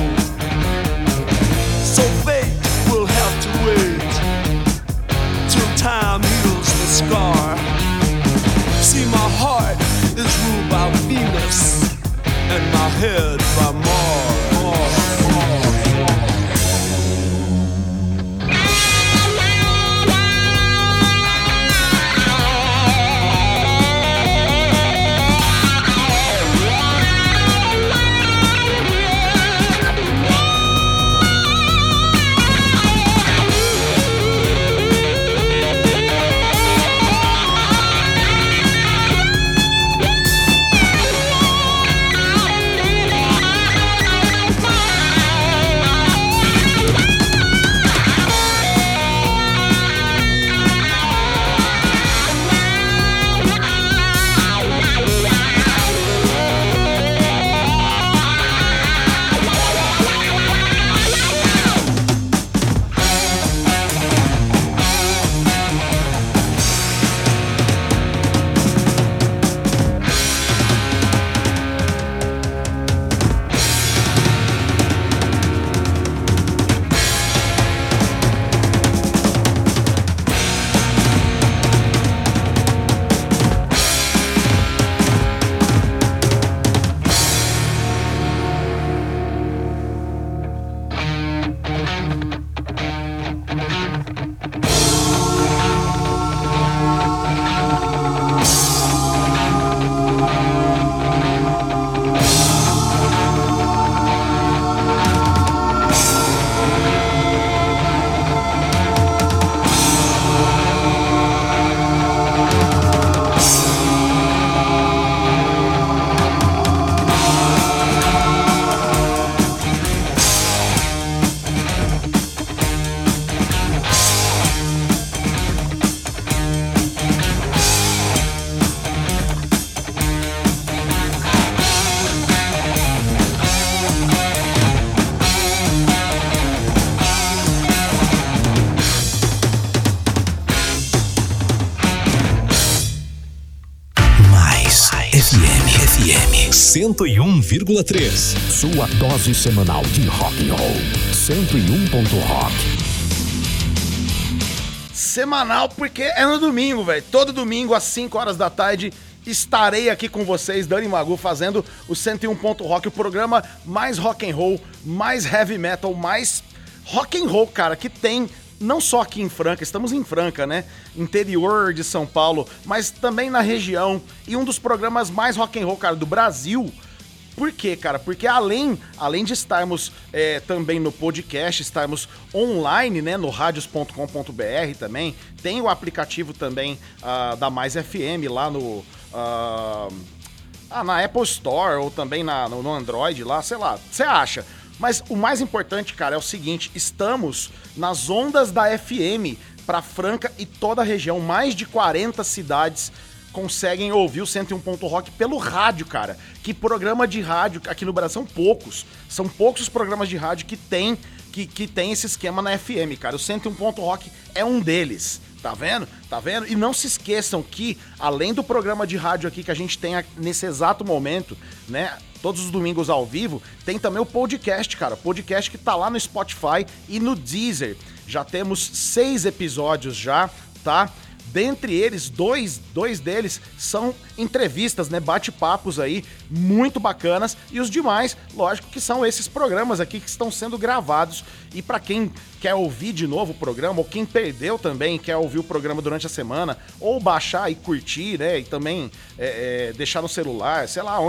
So fate will have to wait till time heals the scar. See, my heart is ruled by Venus and my head by Mars. Mars, Mars. cento e um vírgula três. Sua dose semanal de rock and roll. cento e um ponto rock. Semanal porque é no domingo, velho. Todo domingo às cinco horas da tarde estarei aqui com vocês, Dani Magu, fazendo o cento e um ponto rock, o programa mais rock and roll, mais heavy metal, mais rock and roll, cara, que tem. Não só aqui em Franca, estamos em Franca, né? Interior de São Paulo, mas também na região. E um dos programas mais rock and roll, cara, do Brasil. Por quê, cara? Porque além, além de estarmos é, também no podcast, estarmos online, né? No radios ponto com ponto b r também. Tem o aplicativo também uh, da Mais F M lá no... Uh, ah, na Apple Store ou também na, no, no Android lá, sei lá. Você acha? Mas o mais importante, cara, é o seguinte, estamos nas ondas da F M para Franca e toda a região. Mais de quarenta cidades conseguem ouvir o cento e um ponto rock pelo rádio, cara. Que programa de rádio aqui no Brasil são poucos. São poucos os programas de rádio que tem, que, que tem esse esquema na F M, cara. O cento e um ponto rock é um deles. Tá vendo? Tá vendo? E não se esqueçam que, além do programa de rádio aqui que a gente tem nesse exato momento, né? Todos os domingos ao vivo, tem também o podcast, cara. Podcast que tá lá no Spotify e no Deezer. Já temos seis episódios já, tá? Dentre eles, dois, dois deles são entrevistas, né? Bate-papos aí, muito bacanas. E os demais, lógico que são esses programas aqui que estão sendo gravados. E para quem quer ouvir de novo o programa, ou quem perdeu também, quer ouvir o programa durante a semana, ou baixar e curtir, né? E também é, é, deixar no celular, sei lá onde,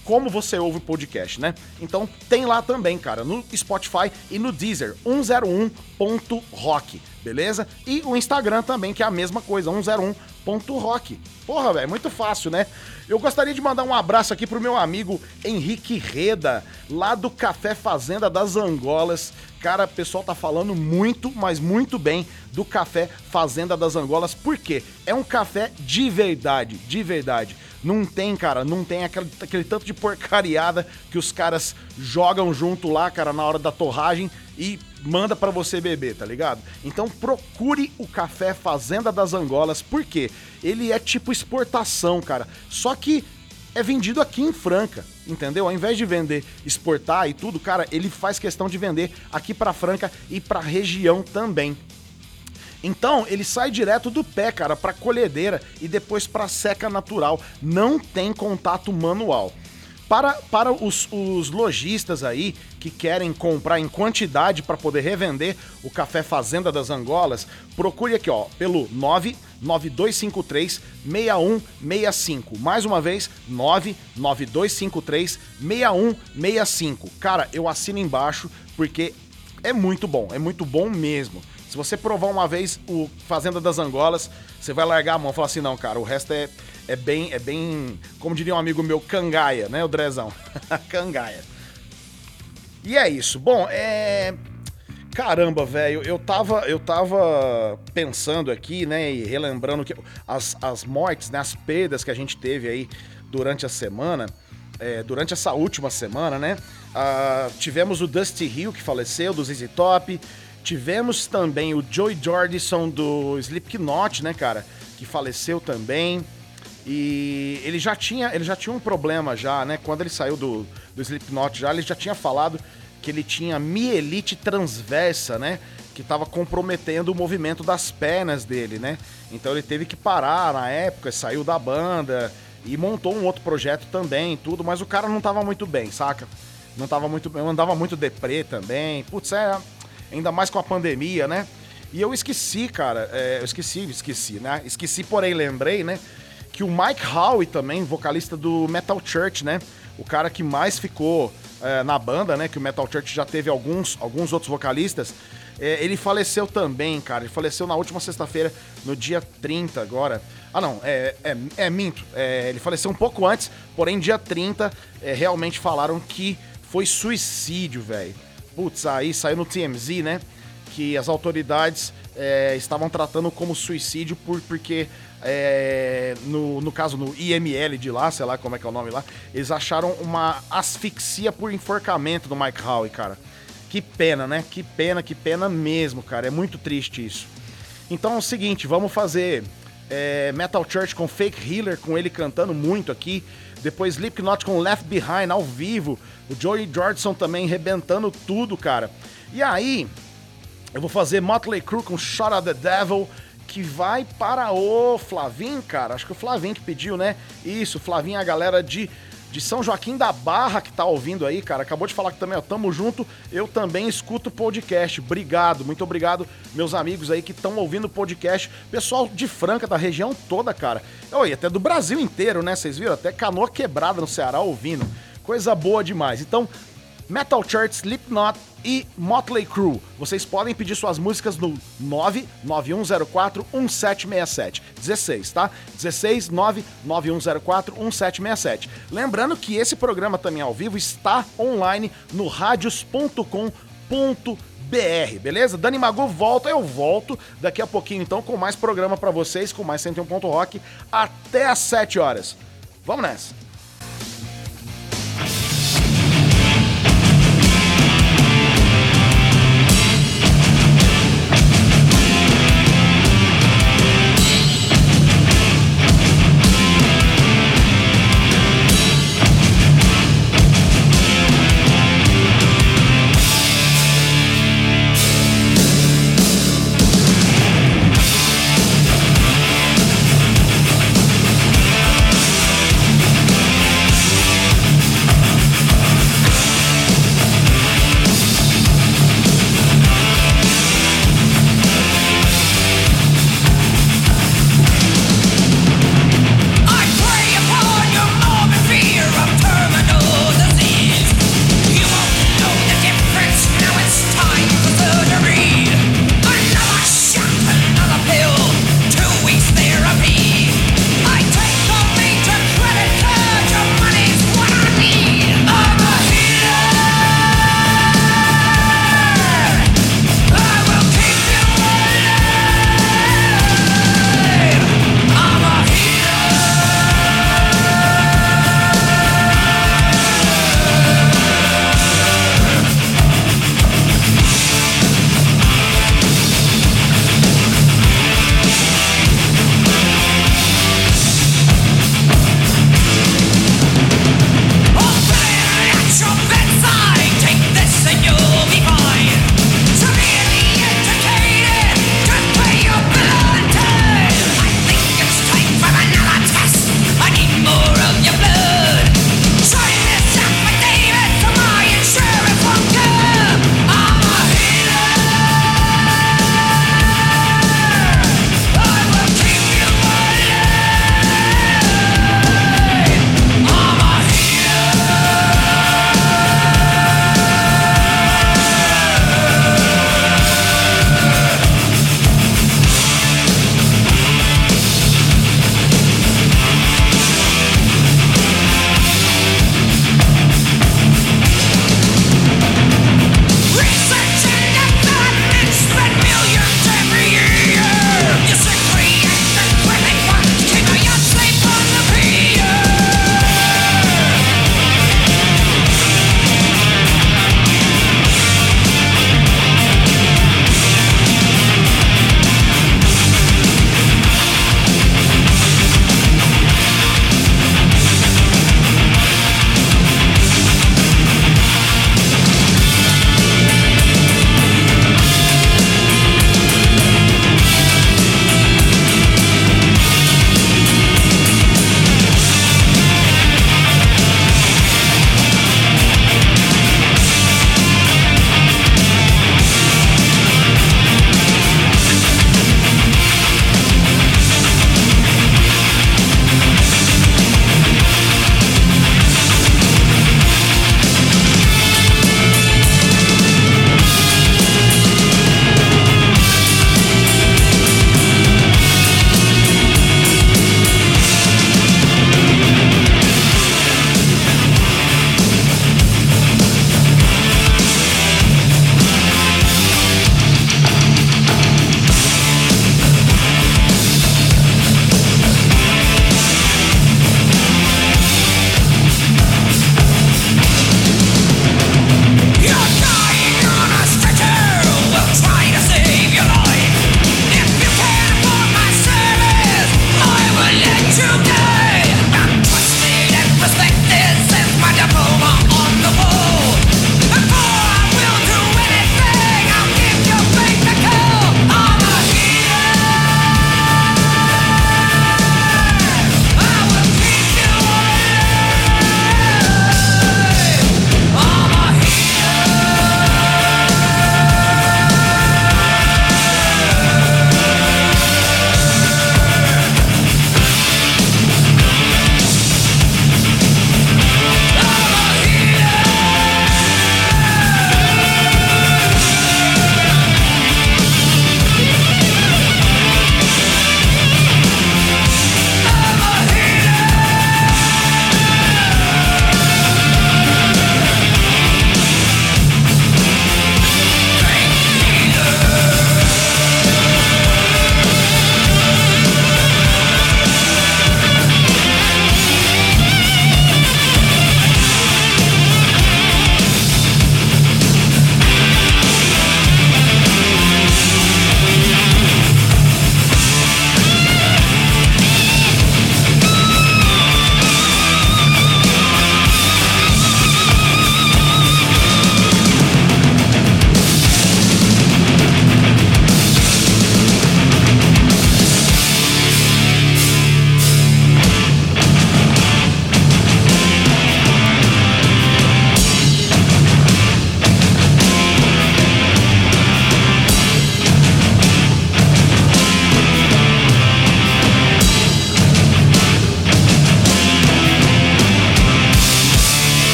como você ouve o podcast, né? Então tem lá também, cara, no Spotify e no Deezer, cento e um ponto rock, beleza? E o Instagram também, que é a mesma coisa, cento e um ponto rock. Porra, velho, muito fácil, né? Eu gostaria de mandar um abraço aqui pro meu amigo Henrique Reda, lá do Café Fazenda das Angolas. Cara, o pessoal tá falando muito, mas muito bem do Café Fazenda das Angolas, porque é um café de verdade, de verdade. Não tem, cara, não tem aquele, aquele tanto de porcariada que os caras jogam junto lá, cara, na hora da torragem e manda pra você beber, tá ligado? Então procure o Café Fazenda das Angolas, porque ele é tipo exportação, cara. Só que é vendido aqui em Franca, entendeu? Ao invés de vender, exportar e tudo, cara, ele faz questão de vender aqui pra Franca e pra região também. Então, ele sai direto do pé, cara, pra colhedeira e depois pra seca natural. Não tem contato manual. Para, para os, os lojistas aí que querem comprar em quantidade para poder revender o Café Fazenda das Angolas, procure aqui, ó, pelo nove nove dois cinco três, seis um seis cinco. Mais uma vez, nove nove dois cinco três, seis um seis cinco. Cara, eu assino embaixo porque é muito bom, é muito bom mesmo. Se você provar uma vez o Fazenda das Angolas, você vai largar a mão e falar assim, não, cara, o resto é, é bem, é bem, como diria um amigo meu, cangaia, né, o Drezão? Cangaia. E é isso. Bom, é... Caramba, velho, eu tava, eu tava pensando aqui, né, e relembrando que as, as mortes, né, as perdas que a gente teve aí durante a semana, é, durante essa última semana, né, uh, tivemos o Dusty Hill, que faleceu, do Z Z Top. Tivemos também o Joey Jordison do Slipknot, né, cara, que faleceu também. E ele já tinha, ele já tinha um problema já, né, quando ele saiu do, do Slipknot já, ele já tinha falado que ele tinha mielite transversa, né, que estava comprometendo o movimento das pernas dele, né. Então ele teve que parar na época, saiu da banda e montou um outro projeto também, tudo, mas o cara não tava muito bem, saca? Não tava muito bem, andava muito deprê também. Putz, é... Ainda mais com a pandemia, né? E eu esqueci, cara, é, eu esqueci, esqueci, né? Esqueci, porém lembrei, né? Que o Mike Howe também, vocalista do Metal Church, né? O cara que mais ficou é, na banda, né? Que o Metal Church já teve alguns, alguns outros vocalistas. É, ele faleceu também, cara. Ele faleceu na última sexta-feira, no dia trinta agora. Ah, não, é, é, é minto. É, ele faleceu um pouco antes, porém dia trinta é, realmente falaram que foi suicídio, velho. Putz, aí saiu no T M Z, né, que as autoridades é, estavam tratando como suicídio por, porque, é, no, no caso, no I M L de lá, sei lá como é que é o nome lá, eles acharam uma asfixia por enforcamento do Mike Howe, cara. Que pena, né? Que pena, que pena mesmo, cara. É muito triste isso. Então é o seguinte, vamos fazer é, Metal Church com Fake Healer, com ele cantando muito aqui. Depois Slipknot com Left Behind ao vivo. O Joey Jordison também rebentando tudo, cara. E aí, eu vou fazer Motley Crue com Shot of the Devil, que vai para o Flavinho, cara. Acho que o Flavinho que pediu, né? Isso, Flavinho, a galera de, de São Joaquim da Barra que tá ouvindo aí, cara. Acabou de falar que também, ó, tamo junto. Eu também escuto o podcast. Obrigado, muito obrigado, meus amigos aí que estão ouvindo o podcast. Pessoal de Franca, da região toda, cara. Oi, até do Brasil inteiro, né? Vocês viram? Até Canoa Quebrada no Ceará ouvindo. Coisa boa demais. Então, Metal Church, Slipknot e Motley Crue. Vocês podem pedir suas músicas no nove nove um zero quatro um sete seis sete. dezesseis, tá? dezesseis nove nove um zero quatro um sete seis sete. Lembrando que esse programa também ao vivo está online no radios ponto com ponto b r, beleza? Dani Magu volta, eu volto daqui a pouquinho então com mais programa pra vocês, com mais cento e um ponto rock até às sete horas. Vamos nessa! We'll be right back.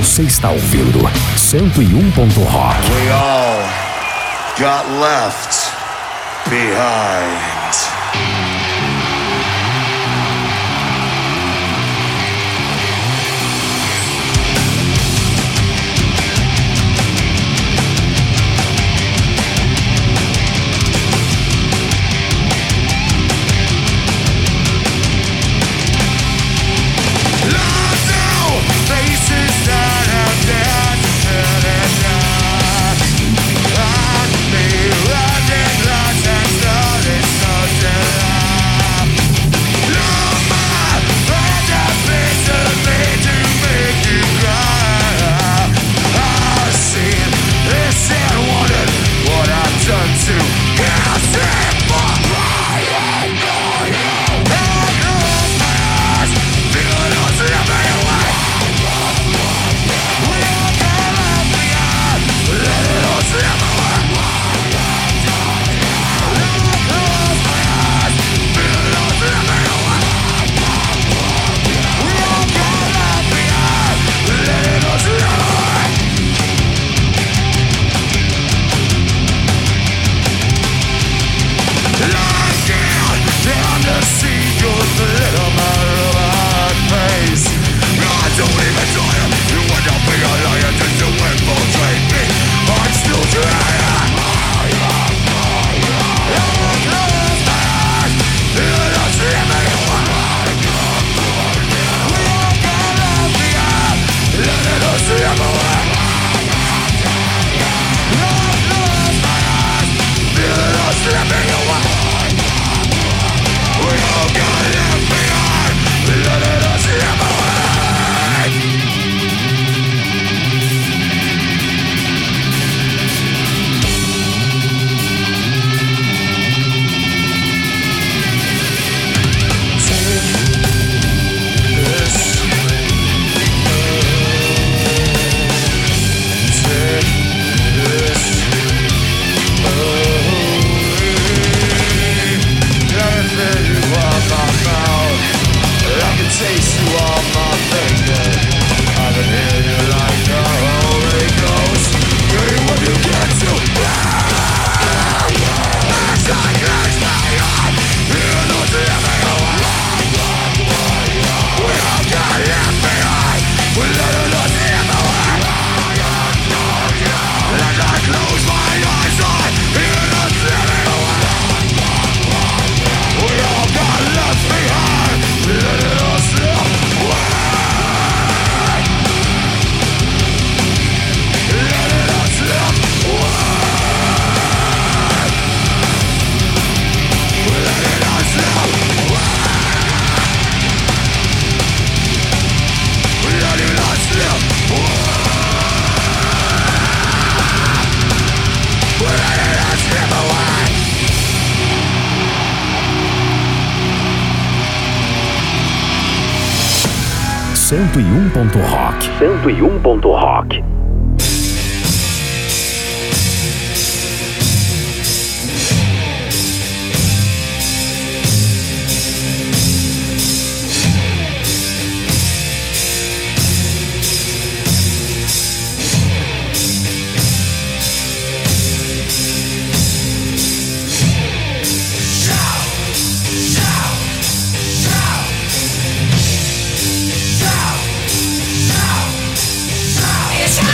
Você está ouvindo cento e um ponto rock. We all got left behind. cento e um ponto rock. cento e um ponto rock. It's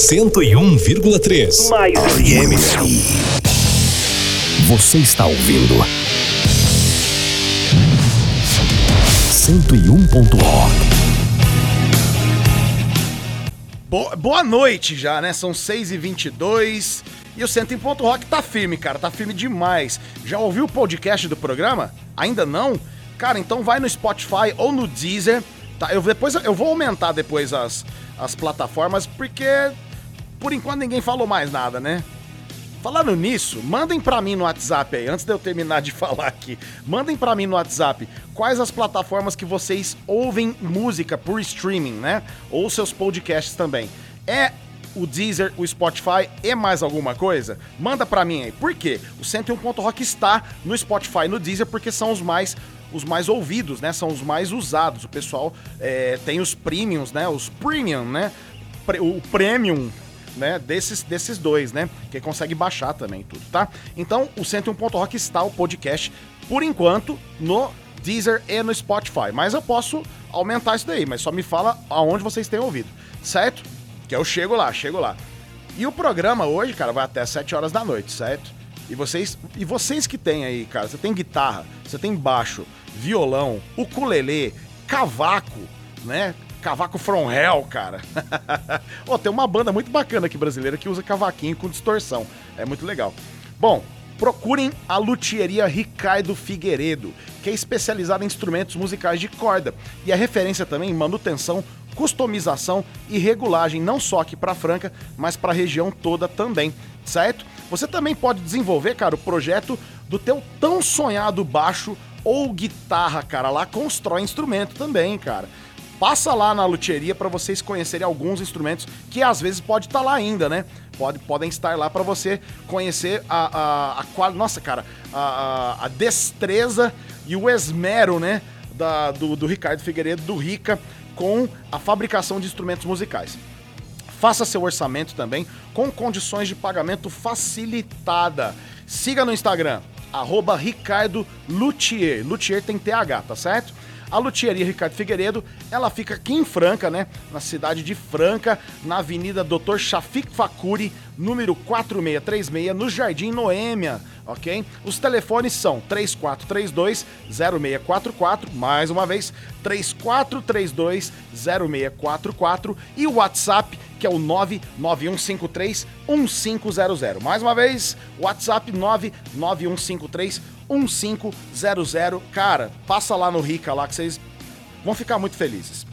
cento e um vírgula três. Mais R M F. Você está ouvindo cento e um ponto rock. Bo- boa noite já, né? São seis e vinte e dois e o cento e um ponto rock tá firme, cara. Tá firme demais. Já ouviu o podcast do programa? Ainda não? Cara, então vai no Spotify ou no Deezer. Tá? Eu, depois, eu vou aumentar depois as, as plataformas, porque por enquanto ninguém falou mais nada, né? Falando nisso, mandem pra mim no WhatsApp aí, antes de eu terminar de falar aqui, mandem pra mim no WhatsApp quais as plataformas que vocês ouvem música por streaming, né? Ou seus podcasts também. É o Deezer, o Spotify e mais alguma coisa? Manda pra mim aí. Por quê? O cento e um ponto rock está no Spotify e no Deezer porque são os mais... os mais ouvidos, né? São os mais usados. O pessoal é, tem os premiums, né? Os premium, né? O premium, né? Desses, desses dois, né? Que consegue baixar também tudo, tá? Então, o cento e um ponto rock está o podcast, por enquanto, no Deezer e no Spotify. Mas eu posso aumentar isso daí, mas só me fala aonde vocês têm ouvido, certo? Que eu chego lá, chego lá. E o programa hoje, cara, vai até sete horas da noite, certo? E vocês, e vocês que tem aí, cara, você tem guitarra, você tem baixo, violão, ukulele, cavaco, né? Cavaco from hell, cara. Oh, tem uma banda muito bacana aqui brasileira que usa cavaquinho com distorção. É muito legal. Bom, procurem a Luthieria Ricardo Figueiredo, que é especializada em instrumentos musicais de corda e é referência também em manutenção, customização e regulagem, não só aqui para Franca, mas para a região toda também, certo? Você também pode desenvolver, cara, o projeto do teu tão sonhado baixo ou guitarra, cara. Lá constrói instrumento também, cara. Passa lá na luthieria para vocês conhecerem alguns instrumentos que às vezes pode estar tá lá ainda, né? Pode, podem estar lá para você conhecer a, a, a, nossa, cara, a, a destreza e o esmero, né? Da, do, do Ricardo Figueiredo, do Rica, com a fabricação de instrumentos musicais. Faça seu orçamento também com condições de pagamento facilitada. Siga no Instagram, arroba Ricardo Luthier. Luthier tem T H, tá certo? A Luthieria Ricardo Figueiredo, ela fica aqui em Franca, né? Na cidade de Franca, na Avenida doutor Shafik Fakuri, número quatro seis três seis, no Jardim Noêmia, ok? Os telefones são três quatro três dois, zero seis quatro quatro, mais uma vez, três quatro três dois, zero seis quatro quatro, e o WhatsApp, que é o nove nove um cinco três, um cinco zero zero. Mais uma vez, WhatsApp nove nove um cinco três, um cinco zero zero. Cara, passa lá no Rica lá que vocês vão ficar muito felizes.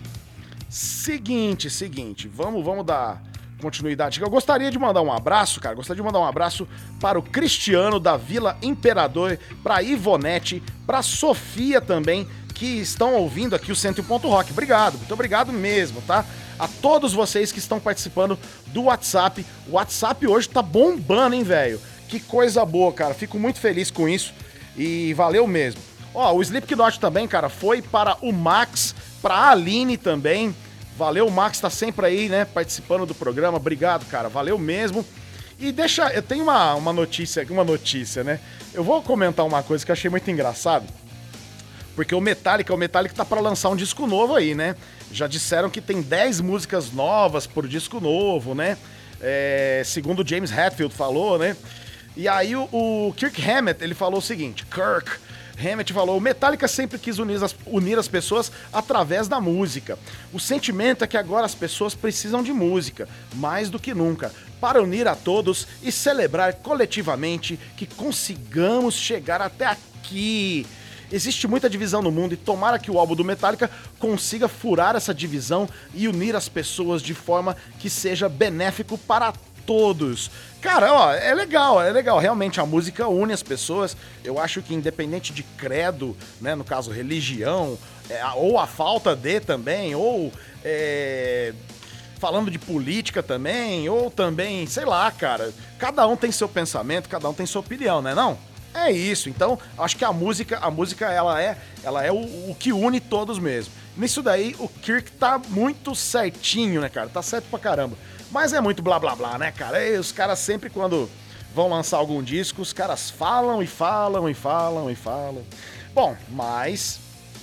Seguinte, seguinte, vamos, vamos dar continuidade. Eu gostaria de mandar um abraço, cara, gostaria de mandar um abraço para o Cristiano da Vila Imperador, para a Ivonete, para a Sofia também, que estão ouvindo aqui o cento e um ponto rock. Obrigado, muito obrigado mesmo, tá? A todos vocês que estão participando do WhatsApp. O WhatsApp hoje tá bombando, hein, velho? Que coisa boa, cara. Fico muito feliz com isso e valeu mesmo. Ó, o Slipknot também, cara, foi para o Max, para a Aline também. Valeu, o Max tá sempre aí, né, participando do programa. Obrigado, cara. Valeu mesmo. E deixa, eu tenho uma, uma notícia, uma notícia, né? Eu vou comentar uma coisa que eu achei muito engraçado. Porque o Metallica, o Metallica tá para lançar um disco novo aí, né? Já disseram que tem dez músicas novas pro disco novo, né? É, segundo o James Hetfield falou, né? E aí o, o Kirk Hammett, ele falou o seguinte, Kirk Hammett falou, o Metallica sempre quis unir as, unir as pessoas através da música. O sentimento é que agora as pessoas precisam de música, mais do que nunca, para unir a todos e celebrar coletivamente que consigamos chegar até aqui. Existe muita divisão no mundo e tomara que o álbum do Metallica consiga furar essa divisão e unir as pessoas de forma que seja benéfico para todos. Cara, ó, é legal, é legal. Realmente a música une as pessoas. Eu acho que independente de credo, né, no caso religião, é, ou a falta de também, ou é, falando de política também, ou também, sei lá, cara. Cada um tem seu pensamento, cada um tem sua opinião, né, não? É isso, então acho que a música, a música ela é, ela é o, o que une todos mesmo. Nisso daí o Kirk tá muito certinho, né, cara? Tá certo pra caramba. Mas é muito blá blá blá, né, cara? E os caras sempre quando vão lançar algum disco, os caras falam e falam e falam e falam. Bom, mas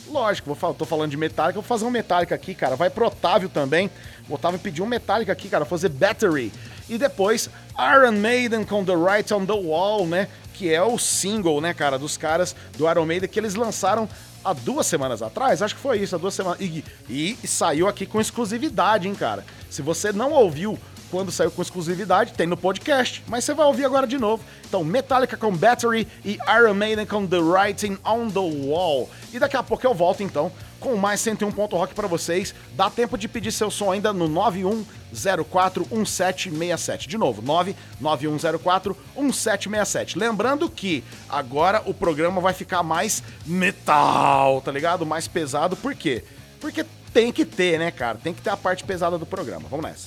Lógico, vou falar, tô falando de Metallica, vou fazer um Metallica aqui, cara. Vai pro Otávio também. O Otávio pediu um Metallica aqui, cara, fazer Battery. E depois, Iron Maiden com The Writing on the Wall, né? Que é o single, né, cara, dos caras do Iron Maiden que eles lançaram há duas semanas atrás. Acho que foi isso, há duas semanas. E, e saiu aqui com exclusividade, hein, cara. Se você não ouviu quando saiu com exclusividade, tem no podcast, mas você vai ouvir agora de novo. Então, Metallica com Battery e Iron Maiden com The Writing on the Wall. E daqui a pouco eu volto, então, com mais cento e um ponto rock pra vocês. Dá tempo de pedir seu som ainda no nove um zero quatro um sete seis sete. De novo, nove nove um zero quatro um sete seis sete. Lembrando que agora o programa vai ficar mais metal, tá ligado? Mais pesado, por quê? Porque tem que ter, né, cara? Tem que ter a parte pesada do programa. Vamos nessa.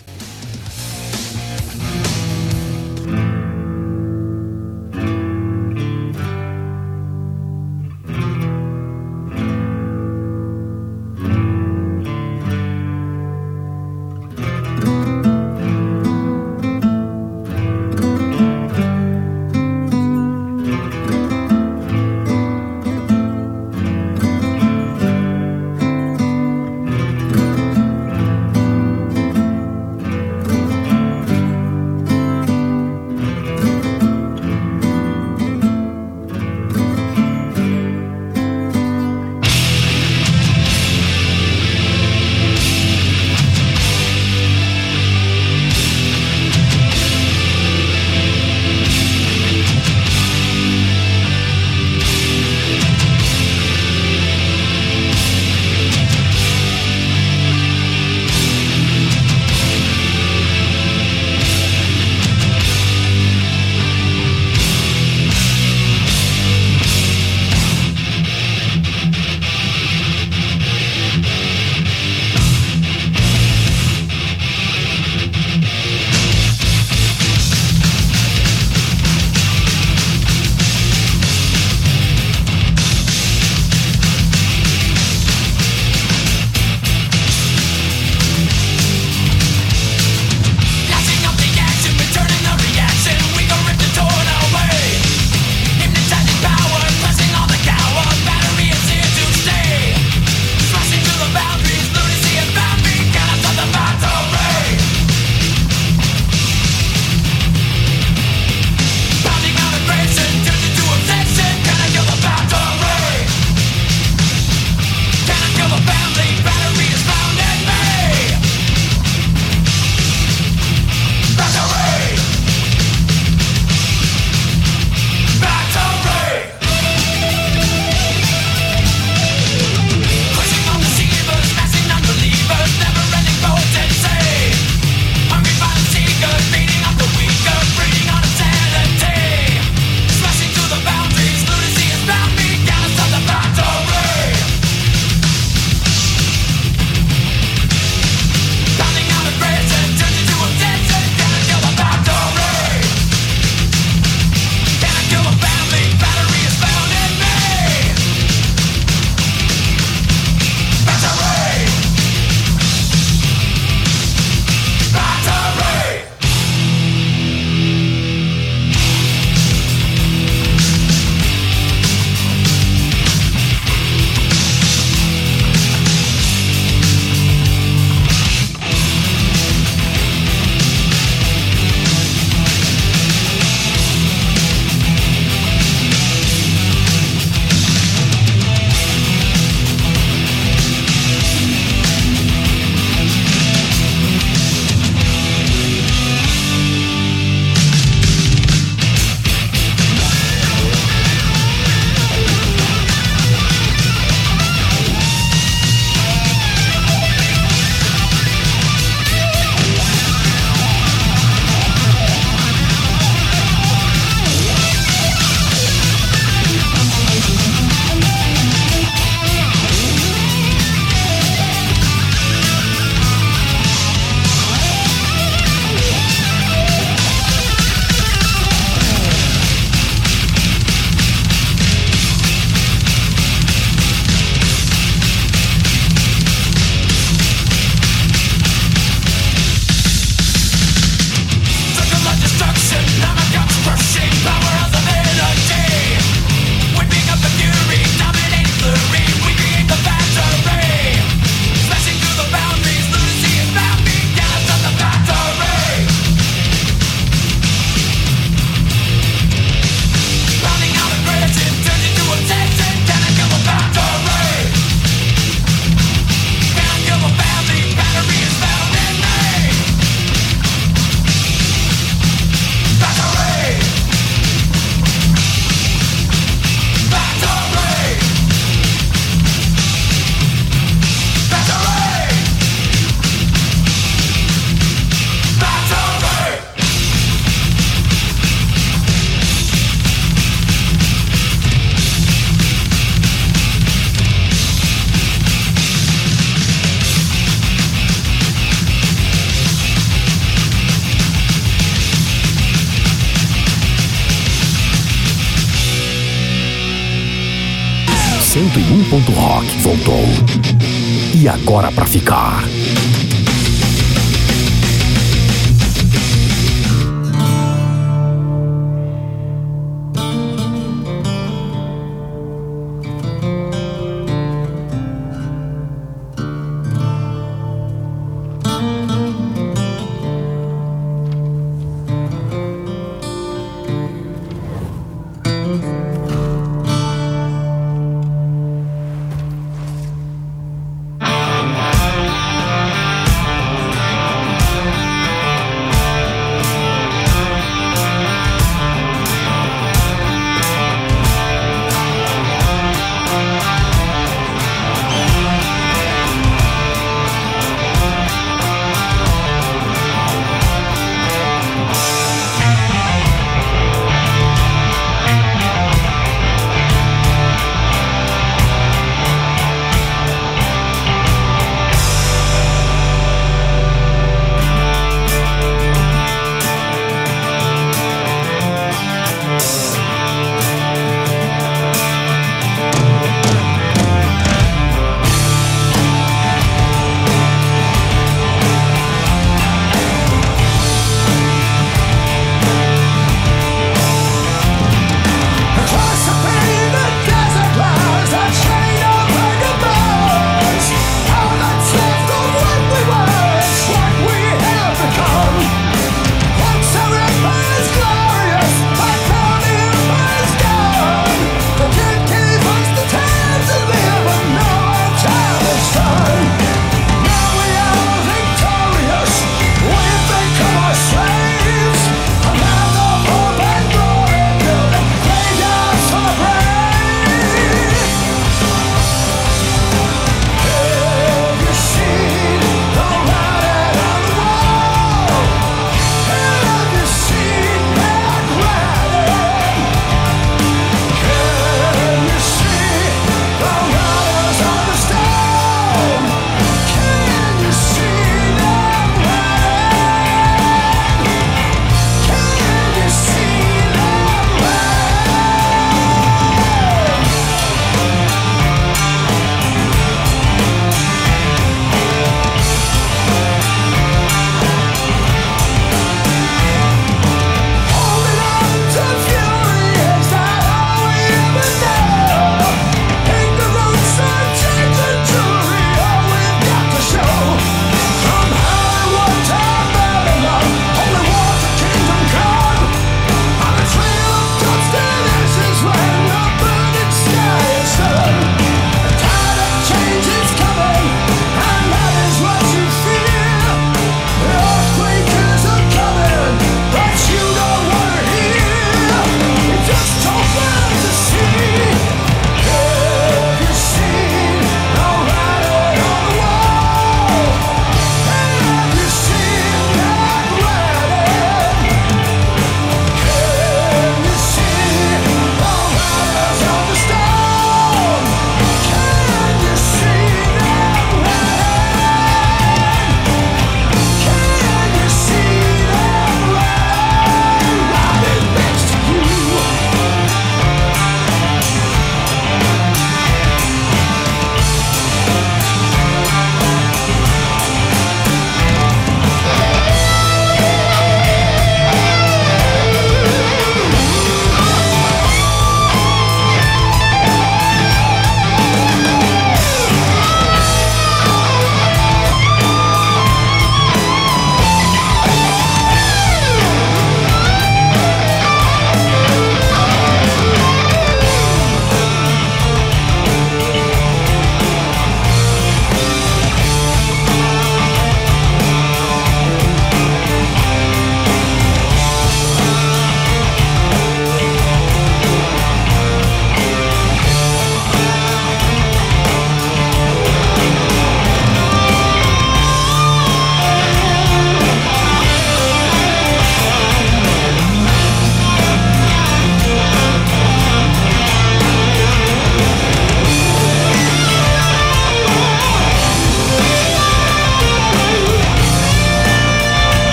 rock voltou. E agora pra ficar.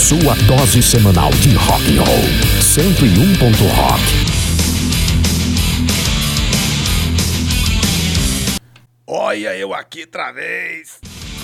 Sua dose semanal de rock and roll. cento e um ponto rock. Olha eu aqui outra vez.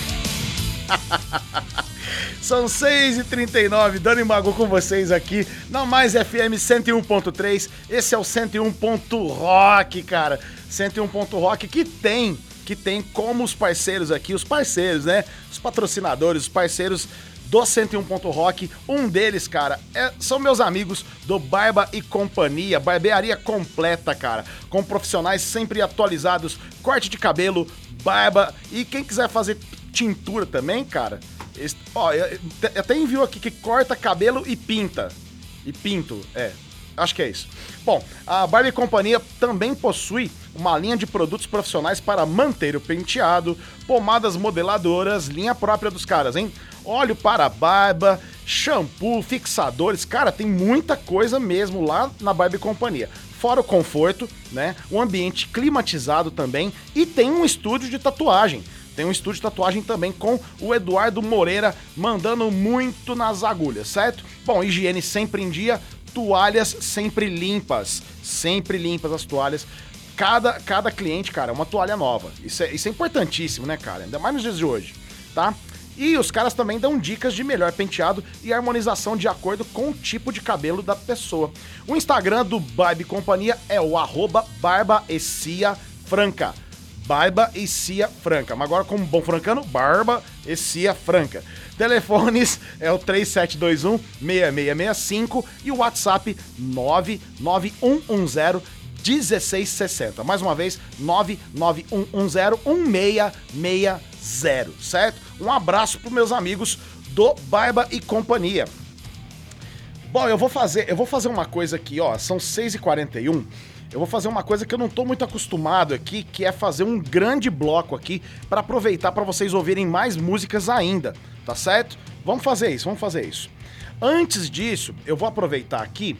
São seis e trinta e nove, Dani Magu com vocês aqui na Mais F M cento e um ponto três. Esse é o cento e um ponto rock, cara. cento e um ponto rock que tem, que tem como os parceiros aqui, os parceiros, né? Os patrocinadores, os parceiros do cento e um ponto rock. Um deles, cara, é, são meus amigos do Barba e Companhia, barbearia completa, cara, com profissionais sempre atualizados, corte de cabelo, barba e quem quiser fazer tintura também, cara. Esse, ó, eu, eu até envio aqui que corta cabelo e pinta. E pinto, é. Acho que é isso. Bom, a Barba e Companhia também possui uma linha de produtos profissionais para manter o penteado, pomadas modeladoras, linha própria dos caras, hein? Óleo para barba, shampoo, fixadores, cara, tem muita coisa mesmo lá na Barba e Companhia. Fora o conforto, né? Um ambiente climatizado também e tem um estúdio de tatuagem. Tem um estúdio de tatuagem também com o Eduardo Moreira mandando muito nas agulhas, certo? Bom, higiene sempre em dia, toalhas sempre limpas, sempre limpas as toalhas. Cada, cada cliente, cara, é uma toalha nova. Isso é, isso é importantíssimo, né, cara? Ainda mais nos dias de hoje, tá? E os caras também dão dicas de melhor penteado e harmonização de acordo com o tipo de cabelo da pessoa. O Instagram do Barba e Companhia é o arroba Barba e Cia Franca. Barba e Cia Franca. Mas agora, como bom francano, Barba e Cia Franca. Telefones é o três sete dois um, seis seis seis cinco e o WhatsApp nove nove um um zero um seis seis zero. Mais uma vez, nove nove um um zero um seis seis zero, certo? Um abraço para meus amigos do Barba e Companhia. Bom, eu vou fazer, eu vou fazer uma coisa aqui, ó, são seis e quarenta e um. Eu vou fazer uma coisa que eu não tô muito acostumado aqui, que é fazer um grande bloco aqui para aproveitar para vocês ouvirem mais músicas ainda, tá certo? Vamos fazer isso, vamos fazer isso. Antes disso, eu vou aproveitar aqui,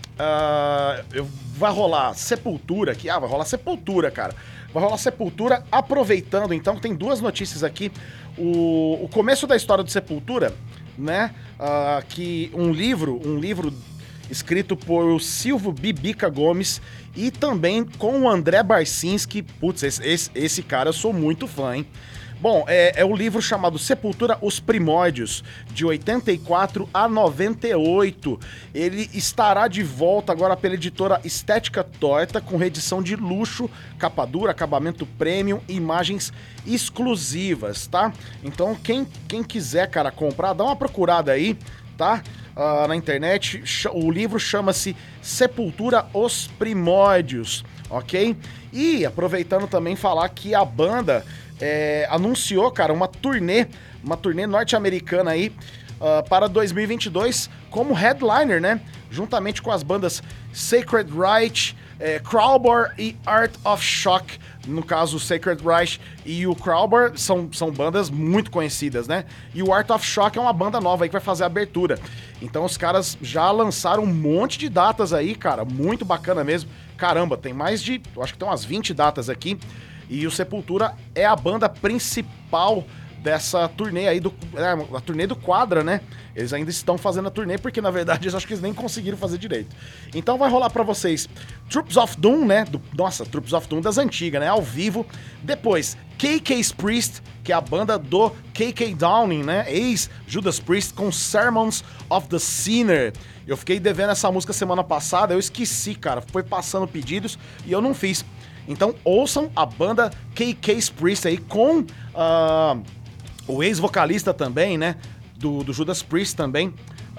uh, eu, vai rolar Sepultura aqui, ah, vai rolar Sepultura, cara. Vai rolar Sepultura, aproveitando, então, tem duas notícias aqui. O, o começo da história do Sepultura, né, uh, que um livro, um livro... escrito por Silvio Bibica Gomes e também com o André Barcinski. Putz, esse, esse, esse cara eu sou muito fã, hein? Bom, é, é o livro chamado Sepultura, Os Primórdios, de oitenta e quatro a noventa e oito. Ele estará de volta agora pela editora Estética Torta, com reedição de luxo, capa dura, acabamento premium e imagens exclusivas, tá? Então, quem, quem quiser, cara, comprar, dá uma procurada aí, tá? Uh, na internet, o livro chama-se Sepultura, Os Primórdios, ok? E aproveitando também falar que a banda é, anunciou, cara, uma turnê, uma turnê norte-americana aí uh, para dois mil e vinte e dois como headliner, né? Juntamente com as bandas Sacred Reich, é, Crowbar e Art of Shock. No caso, o Sacred Reich e o Crowbar são, são bandas muito conhecidas, né? E o Art of Shock é uma banda nova aí que vai fazer a abertura. Então os caras já lançaram um monte de datas aí, cara, muito bacana mesmo. Caramba, tem mais de, eu acho que tem umas vinte datas aqui. E o Sepultura é a banda principal dessa turnê aí, do, é, a turnê do Quadra, né? Eles ainda estão fazendo a turnê porque, na verdade, eles acho que eles nem conseguiram fazer direito. Então vai rolar pra vocês Troops of Doom, né? Do, nossa, Troops of Doom das antigas, né? Ao vivo. Depois, K K's Priest, que é a banda do K K Downing, né? Ex-Judas Priest, com Sermons of the Sinner. Eu fiquei devendo essa música semana passada, eu esqueci, cara. Foi passando pedidos e eu não fiz. Então ouçam a banda K K's Priest aí com... Uh, o ex-vocalista também, né? Do, do Judas Priest também.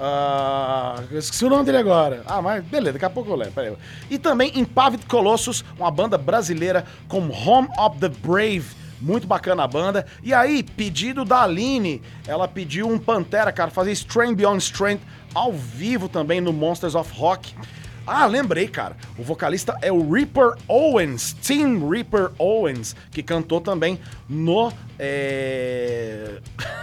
Uh, eu esqueci o nome dele agora. Ah, mas beleza, daqui a pouco eu lembro. Peraí. E também Impavid Colossus, uma banda brasileira com Home of the Brave. Muito bacana a banda. E aí, pedido da Aline. Ela pediu um Pantera, cara, fazer Strength Beyond Strength ao vivo também no Monsters of Rock. Ah, lembrei, cara. O vocalista é o Reaper Owens, Tim Reaper Owens, que cantou também no... É...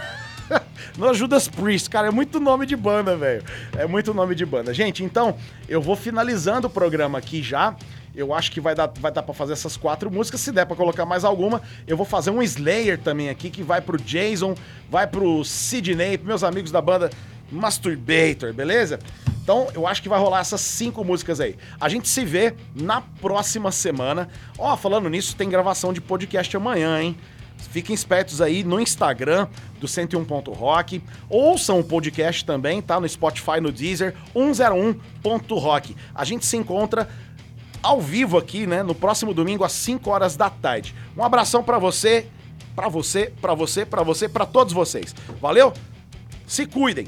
no Judas Priest. Cara, é muito nome de banda, velho. É muito nome de banda. Gente, então, eu vou finalizando o programa aqui já. Eu acho que vai dar, vai dar pra fazer essas quatro músicas. Se der pra colocar mais alguma, eu vou fazer um Slayer também aqui, que vai pro Jason, vai pro Sidney, pros meus amigos da banda Masturbator, beleza? Então, eu acho que vai rolar essas cinco músicas aí. A gente se vê na próxima semana. Ó, oh, falando nisso, tem gravação de podcast amanhã, hein? Fiquem espertos aí no Instagram do cento e um ponto rock. Ouçam o podcast também, tá? No Spotify, no Deezer, cento e um ponto rock. A gente se encontra ao vivo aqui, né? No próximo domingo, às cinco horas da tarde. Um abração pra você, pra você, pra você, pra você, pra todos vocês. Valeu? Se cuidem!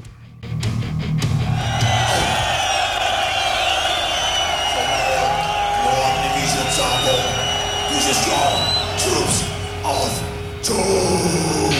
Troops of Doom!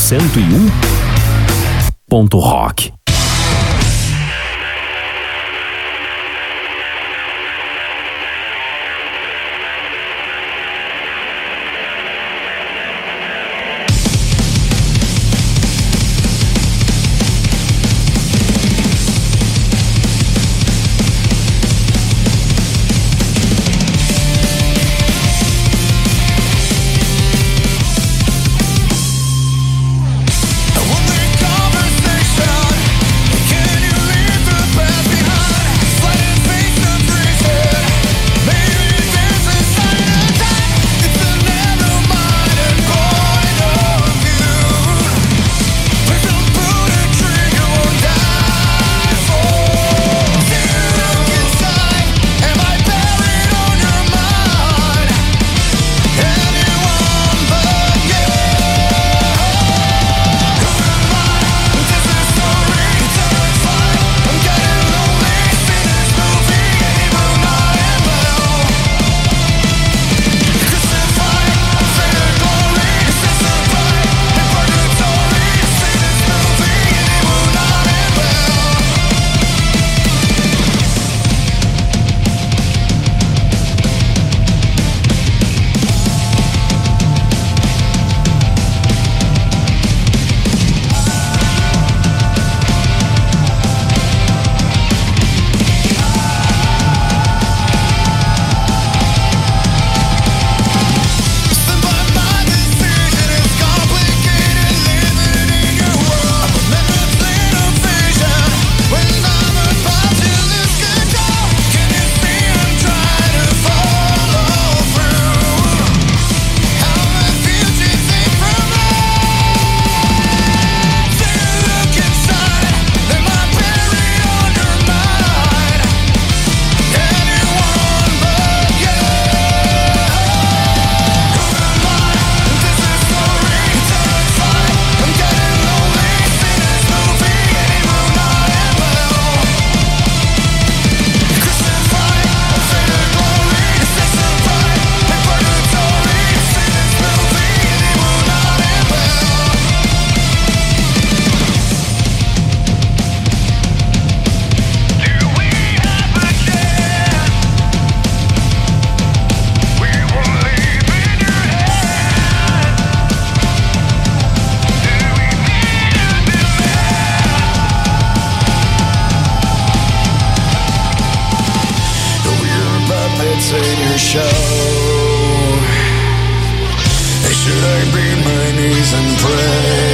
cento e um ponto rock. Should I bend my knees and pray?